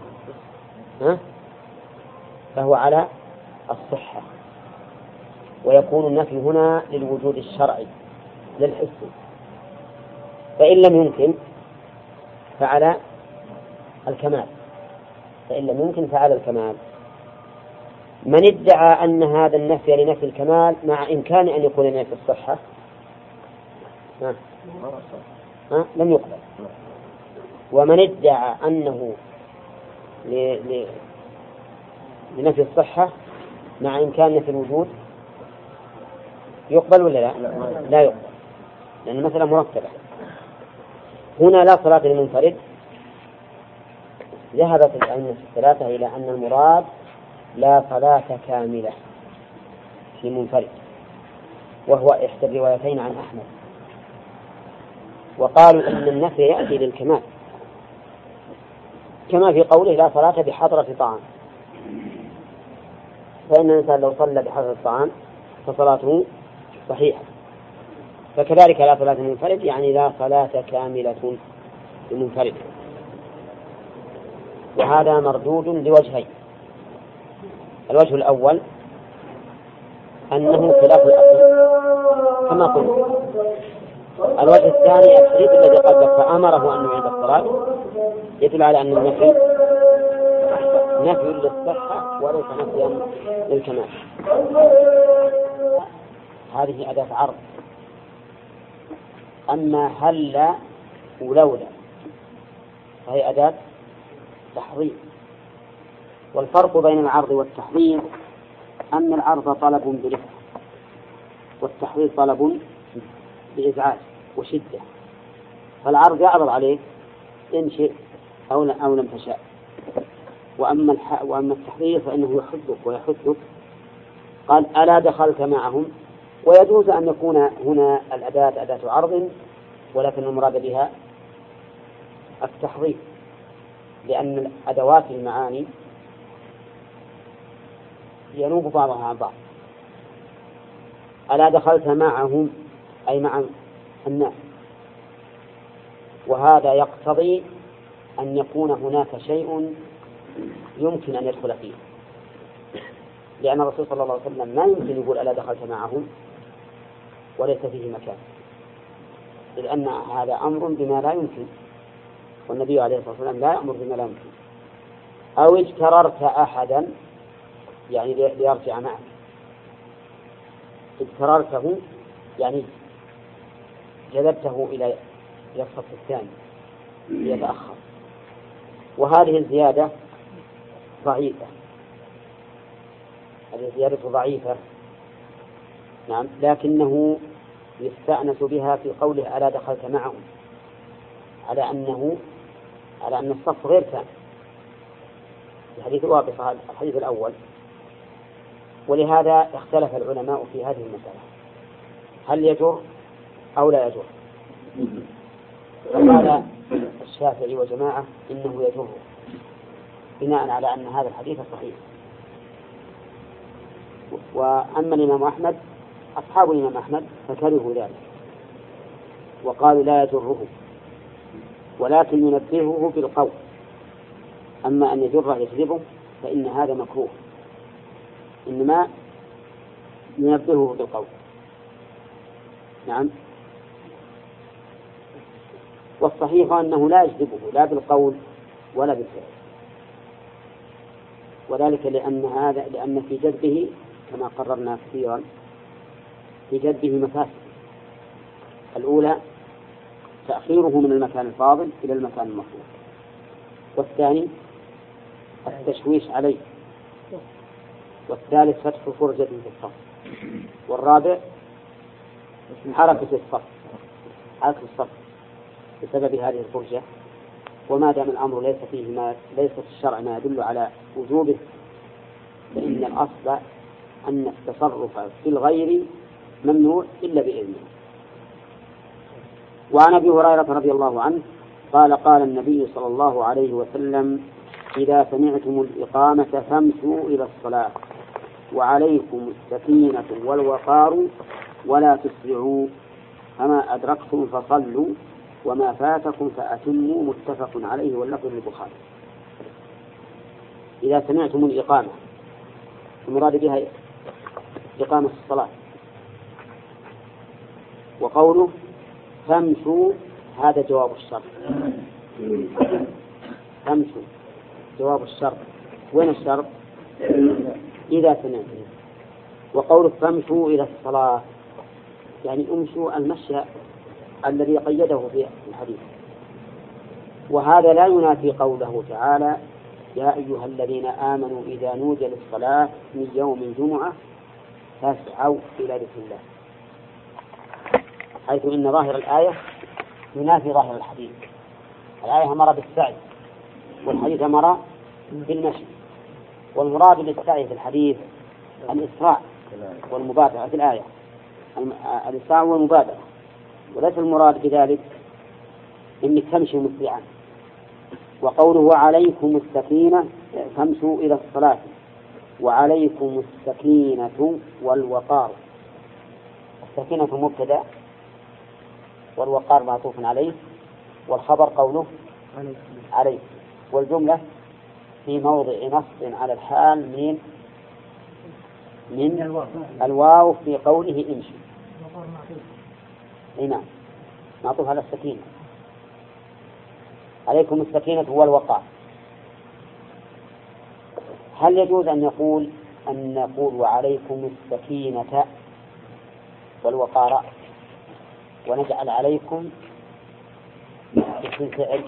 فهو على الصحة، ويكون النفي هنا للوجود الشرعي للحس. فإن لم يمكن فعلى الكمال، فإن لم يمكن فعلى الكمال. من ادعى أن هذا النفي لنفي الكمال مع إمكان أن يكون لنفي الصحة لم يقبل. ومن ادعى أنه لنفي الصحة مع إمكان نفي الوجود يقبل ولا لا؟ لا يقبل، لأن المسألة مرتبة. هنا لا صلاة للمنفرد. ذهبت الأئمة الثلاثة إلى أن المراد لا صلاة كاملة للمنفرد، وهو إحدى الروايتين عن أحمد. وقالوا إن النفي يأتي للكمال، كما في قوله لا صلاة بحضرة طعام، فإن الإنسان لو صلى بحضرة الطعام فصلاته صحيحة. فكذلك لا صلاة للمنفرد يعني لا صلاة كاملة للمنفرد. وهذا مردود لوجهين: الوجه الأول أنه خلاف الأصل كما قلت. الوجه الثاني الحديث الذي قبله فأمره أن يعيد الصلاة يدل على أن النفي نفي للصحة وليس نفيا للكمال. هذه أداة عرض. أما هل ولولا فهي أداة تحريم. والفرق بين العرض والتحريم أن العرض طلب برفق، والتحريم طلب بإزعاج وشدة. فالعرض يعرض عليك إن شئت أو لم تشاء، وأما التحرير فإنه يحثك ويحثك. قال ألا دخلت معهم، ويجوز أن يكون هنا الأداة أداة عرض ولكن المراد بها التحرير، لأن أدوات المعاني ينوب بعضها عن بعض. ألا دخلت معهم أي مع الناس، وهذا يقتضي أن يكون هناك شيء يمكن أن يدخل فيه، لأن الرسول صلى الله عليه وسلم ما يمكن يقول ألا دخلت معهم وليس فيه مكان، لأن هذا أمر بما لا يمكن، والنبي عليه الصلاة والسلام لا يأمر بما لا يمكن. أو اجتررت أحدا يعني ليرجع معك، اجتررته يعني جذبته إلى الصف الثاني ليتأخر، وهذه الزيادة ضعيفة، هذه الزيادة ضعيفة. نعم، لكنه يستأنس بها في قوله ألا دخلت معهم، على أن الصف غير كان في حديث واقف الحديث الأول. ولهذا اختلف العلماء في هذه المسألة، هل يجر أو لا يجر؟ فقال الشافعي وجماعة إنه يجر، بناء على أن هذا الحديث صحيح. وأما الإمام أحمد أصحاب الإمام أحمد فكرهوا ذلك وقالوا لا يجره، ولكن ينبهه بالقول. أما أن يجره يجذبه فإن هذا مكروه، إنما ينبهه بالقول. نعم. والصحيح أنه لا يجذبه لا بالقول ولا بالفعل، وذلك لأن في جذبه كما قررنا كثيرا في جذبه مفاسد. الأولى تأخيره من المكان الفاضل إلى المكان المفضول، والثاني التشويش عليه، والثالث فتح فرجة في الصف، والرابع حركة الصف بسبب هذه الفرجة. وما دام الأمر ليس في الشرع ما يدل على وجوبه، فإن الأصل أن التصرف في الغير ممنوع إلا بإذنه. وعن أبي هريرة رضي الله عنه قال قال النبي صلى الله عليه وسلم: إذا سمعتم الإقامة فامشوا إلى الصلاة وعليكم السكينة والوقار ولا تسرعوا، فما أدركتم فصلوا وما فاتكم فأتموا، متفق عليه واللفظ للبخاري. إذا سمعتم الإقامة المراد بها إقامة الصلاة، وقوله فامشوا هذا جواب الشرط. فامشوا جواب الشرط، وين الشرط؟ إذا سمعتم. وقوله فامشوا إلى الصلاة يعني امشوا المشي الذي قيده في الحديث، وهذا لا ينافي قوله تعالى: يا أيها الذين آمنوا إذا نودي للصلاة من يوم الجمعة فاسعوا إلى ذكر الله، حيث إن ظاهر الآية ينافي ظاهر الحديث. الآية أمر بالسعي والحديث أمر بالمشي، والمراد بالسعي في الحديث الإسراع والمبادرة، في الآية الإسراع والمبادرة، وليس المراد بذلك إنك تمشي مسرعا. وقوله وعليكم السكينة فامشوا إلى الصلاة وعليكم السكينة والوقار. السكينة مبتدأ والوقار معطوف عليه، والخبر قوله عليه، والجملة في موضع نصب على الحال من الواو في قوله امشي. نعم معطوف على السكينة. عليكم السكينة والوقار. هل يجوز أن نقول وعليكم السكينة والوقار ونجعل عليكم اسم فعل،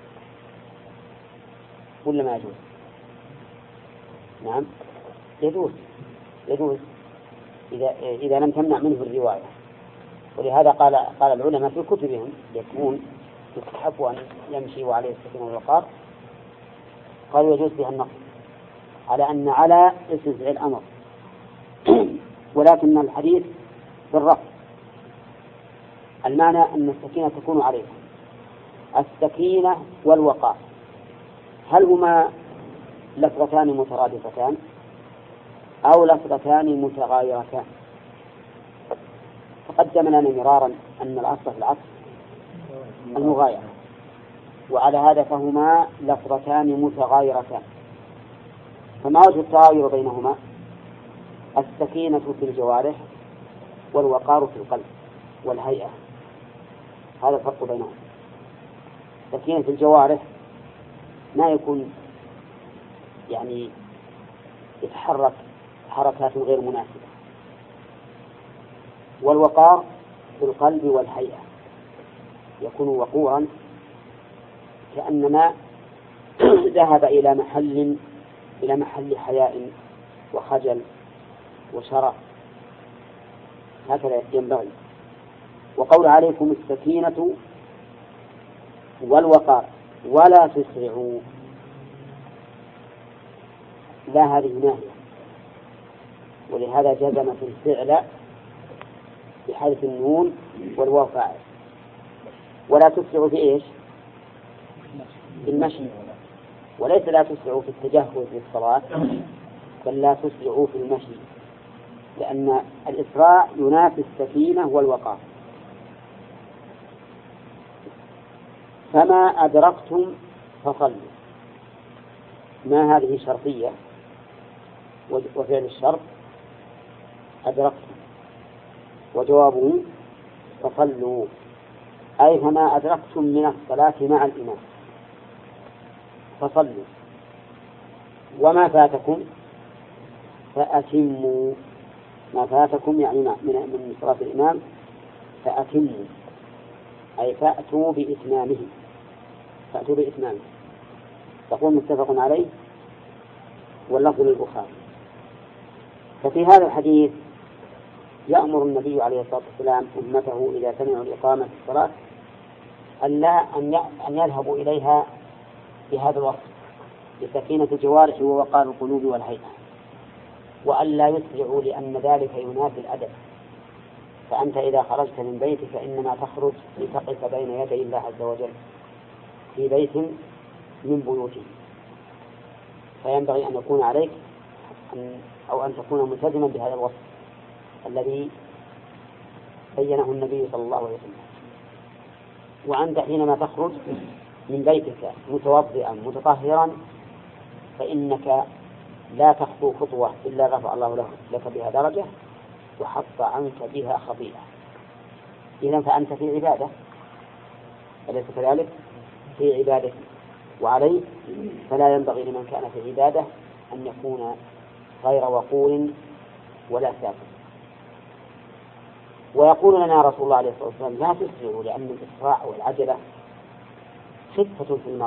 ولا ما يجوز؟ نعم يجوز إذا لم تمنع منه الرواية. ولهذا قال العلماء في كتبهم يكون يستحب أن يمشي وعليه السكينة والوقار، قالوا يجوز بها النص على أن على اسم فعل أمر، ولكن الحديث بالرفع. المعنى أن السكينة تكون عليكم. السكينة والوقار هل هما لفظتان مترادفتان أو لفظتان متغايرتان؟ تقدم لنا مرارا أن الأصل في العطف المغايرة، وعلى هذا فهما لفظتان متغايرتان. فما وجه التغاير بينهما؟ السكينة في الجوارح والوقار في القلب والهيئة، هذا الفرق بينهما. السكينة في الجوارح ما يكون يعني يتحرك حركات غير مناسبة، والوقار في القلب والهيئة يكون وقورا كأنما ذهب إلى محل حياء وخجل وشرف، هكذا ينبغي. وقول عليكم السكينة والوقار ولا تسرعوا، لا هذه ناهية، ولهذا جزم في الفعل بحذف النون والواو فاعل. ولا تسرعوا في إيش؟ في المشي، وليس لا تسرعوا في التجهز للصلاة، بل لا تسرعوا في المشي، لأن الإسراع ينافي السكينة والوقار. فما أدركتم فصلوا، ما هذه شرطية، وفعل الشرط أدركتم، وجوابه فصلوا. أي فما أدركتم من الصلاة مع الإمام فصلوا، وما فاتكم فأتموا. ما فاتكم يعني من صلاة الإمام فأتموا، أي فأتوا بإتمامه. فأتوا بإتمامه. تقول متفق عليه واللفظ للبخاري. ففي هذا الحديث يأمر النبي عليه الصلاة والسلام أمته إذا سمعوا الإقامة في الصلاة أن يذهبوا إليها بهذا الوصف، بسكينة الجوارح ووقار القلوب والهيئة، وأن لا يسرعوا لأن ذلك ينافي الأدب. فأنت إذا خرجت من بيتك فإنما تخرج لتقف بين يدي الله عز وجل في بيت من بيوته، فينبغي أن يكون عليك أو أن تكون ملتزما بهذا الوصف الذي بينه النبي صلى الله عليه وسلم. وأنت حينما تخرج من بيتك متوضئا متطهرا فإنك لا تخطو خطوة إلا غفر الله لك بها درجة وحط عنك بها خطيئة. إذن فأنت في عبادة، أليس كذلك؟ في عبادة، وعليه فلا ينبغي لمن كان في عبادة أن يكون غير وقور ولا ساكت. ويقول لنا رسول الله عليه الصلاة والسلام لا تسرعوا، لأن الإسراع والعجلة خفة في المرء،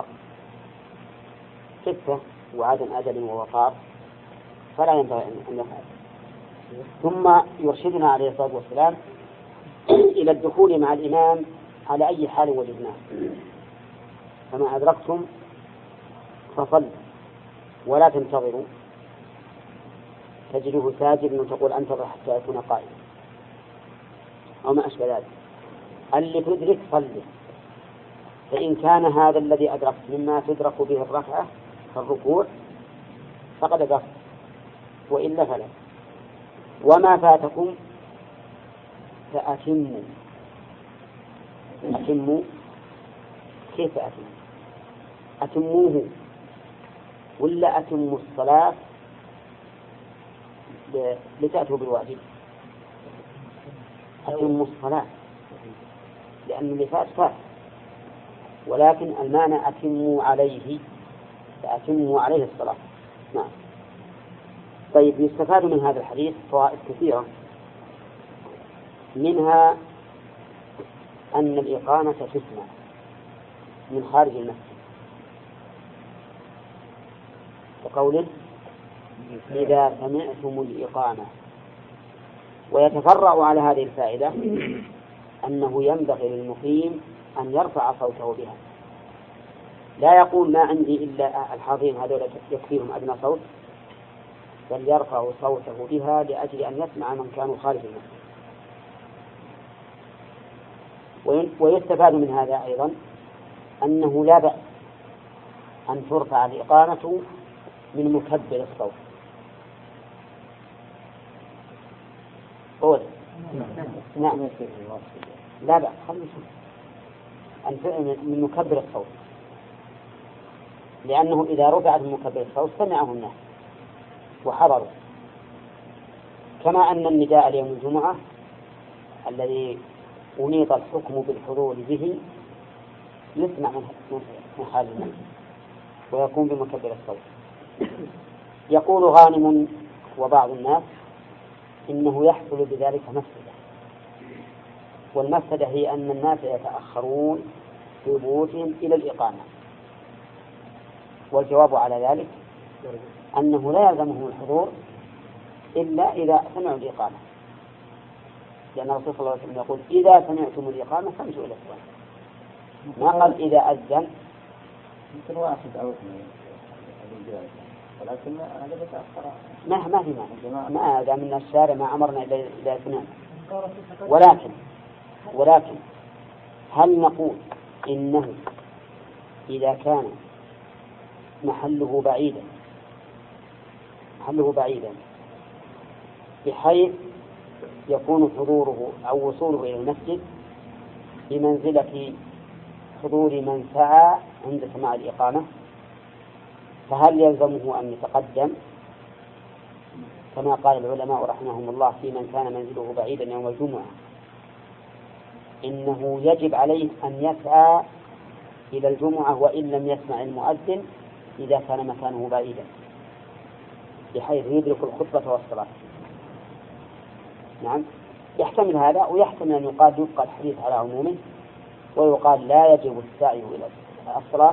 خفة وعدم أجل ووقار، فلا ينبغي أن يفعل. ثم يرشدنا عليه الصلاة والسلام إلى الدخول مع الإمام على أي حال وجدناه. فما أدركتم فصلوا ولا تنتظروا تجده ساجد وتقول أنتظر حتى يكون قائما أو ما أشبه ذلك. اللي تدرك صلي، فإن كان هذا الذي أدركت مما تدرك به الركعة فالركوع فقد أدركت، وإلا فلا. وما فاتكم فأتموا. أتموا كيف أتموا؟ أتموه ولا أتموا الصلاة لتأتوا بالواجب؟ أتموا الصلاة لأن اللي فات، ولكن المعنى أتموا عليه، فأتموا عليه الصلاة. نعم. طيب، يستفاد من هذا الحديث فوائد كثيرة، منها أن الإقامة تسمع من خارج المسجد، وقوله إذا سمعتم الإقامة. ويتفرع على هذه الفائدة أنه ينبغي للمقيم أن يرفع صوته بها، لا يقول ما عندي إلا الحاضرين هذول يكفيهم أدنى صوت، بل يرفع صوته بها لأجل أن يسمع من كانوا خارج المسجد. ويستفاد من هذا أيضا أنه لا بأس أن ترفع الإقامة من مكبر الصوت. قول نعم، لا بأس، من مكبر الصوت، لأنه إذا رفعت من مكبر الصوت سمعه الناس وحضروا. كما أن النداء اليوم الجمعة الذي أنيط الحكم بالحضور به يسمع من خارج المسجد ويكون بمكبر الصوت. يقول غانم وبعض الناس إنه يحصل بذلك مفسدة، والمفسدة هي أن الناس يتأخرون في بيوتهم إلى الإقامة. والجواب على ذلك أنه لا يلزمهم الحضور إلا إذا سمعوا الإقامة، لأن الرسول صلى الله عليه وسلم يقول إذا سمعتم الإقامة فامشوا إلى الصلاة، ما قال إذا أذن. يمكن واحد أو اثنين، ولكن هذا بتأخر. ما في ما هذا من الشارع ما أمرنا إلى اثنين. ولكن هل نقول إنه إذا كان محله بعيدا بحيث يكون حضوره أو وصوله إلى المسجد بمنزلة حضور من سعى عند سماع الإقامة، فهل يلزمه أن يتقدم كما قال العلماء رحمهم الله في من كان منزله بعيدا يوم الجمعة إنه يجب عليه أن يسعى إلى الجمعة وإن لم يسمع المؤذن إذا كان مكانه بعيدا، بحيث يدرك الخطبة والصلاة. نعم، يحتمل هذا، ويحتمل أن يقال يبقى الحديث على عمومه، ويقال لا يجب السعي إلى الصلاة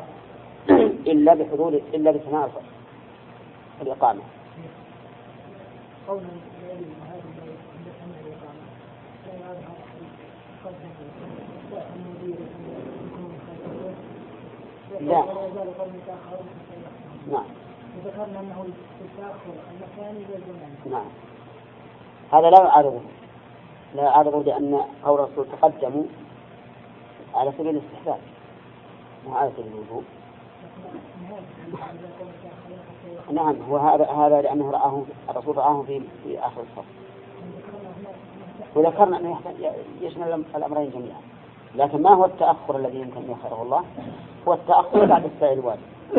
إلا بسماع الإقامة. لا. نعم. ذكرنا أنه التأخر المكاني والزماني. نعم. هذا لا يعارض لأن قول الرسول تقدموا على سبيل الاستحباب مو على سبيل الوجوب. نعم، هو هذا لأنه الرسول رآه في آخر الصف، وذكرنا أنه يشمل الأمرين جميعا. لكن ما هو التأخر الذي يمكن أن يخيره الله؟ هو التأخر بعد السعي الواجب.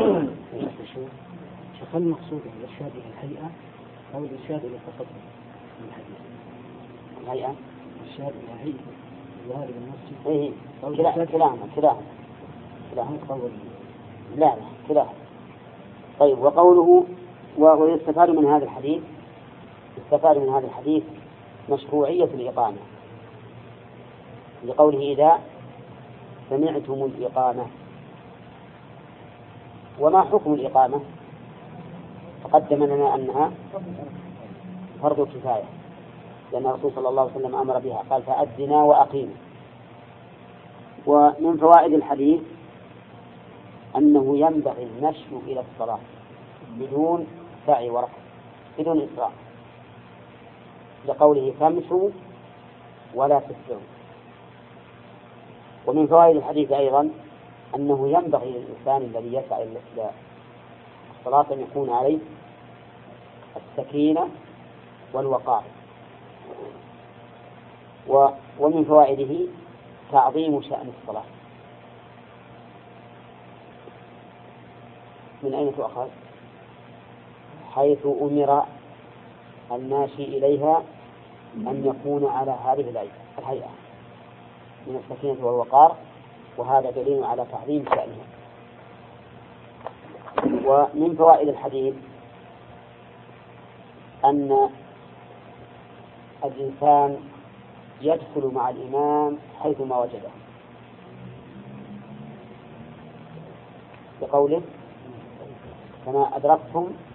شوف المقصود الإرشاد إلى الهيئة أو الإرشاد إلى التقدم من الحديث؟ الهيئة، الإرشاد إلى هيئة الظاهر بالمسجد. إيه، كلاهما. لا كلاهما. طيب، وقوله ويستفاد من هذا الحديث مشروعية الإقامة، لقوله إذا سمعتم الإقامة. وما حكم الإقامة؟ تقدم لنا أنها فرض كفاية، لأن الرسول صلى الله عليه وسلم أمر بها، قال فأذنا وأقيموا. ومن فوائد الحديث أنه ينبغي المشي إلى الصلاة بدون سعي وركض، بدون إسراع، لقوله فامشوا ولا تسرعوا. ومن فوائد الحديث أيضا أنه ينبغي للإنسان الذي يسعى إلى الصلاة أن يكون عليه السكينة والوقار. ومن فوائده تعظيم شأن الصلاة. من أين تؤخذ؟ حيث أمر الماشي إليها أن يكون على هذه الهيئة من السكينة والوقار، وهذا دليل على تعظيم شأنها. ومن فوائد الحديث أن الإنسان يدخل مع الإمام حيثما وجده، بقوله كما أدركتم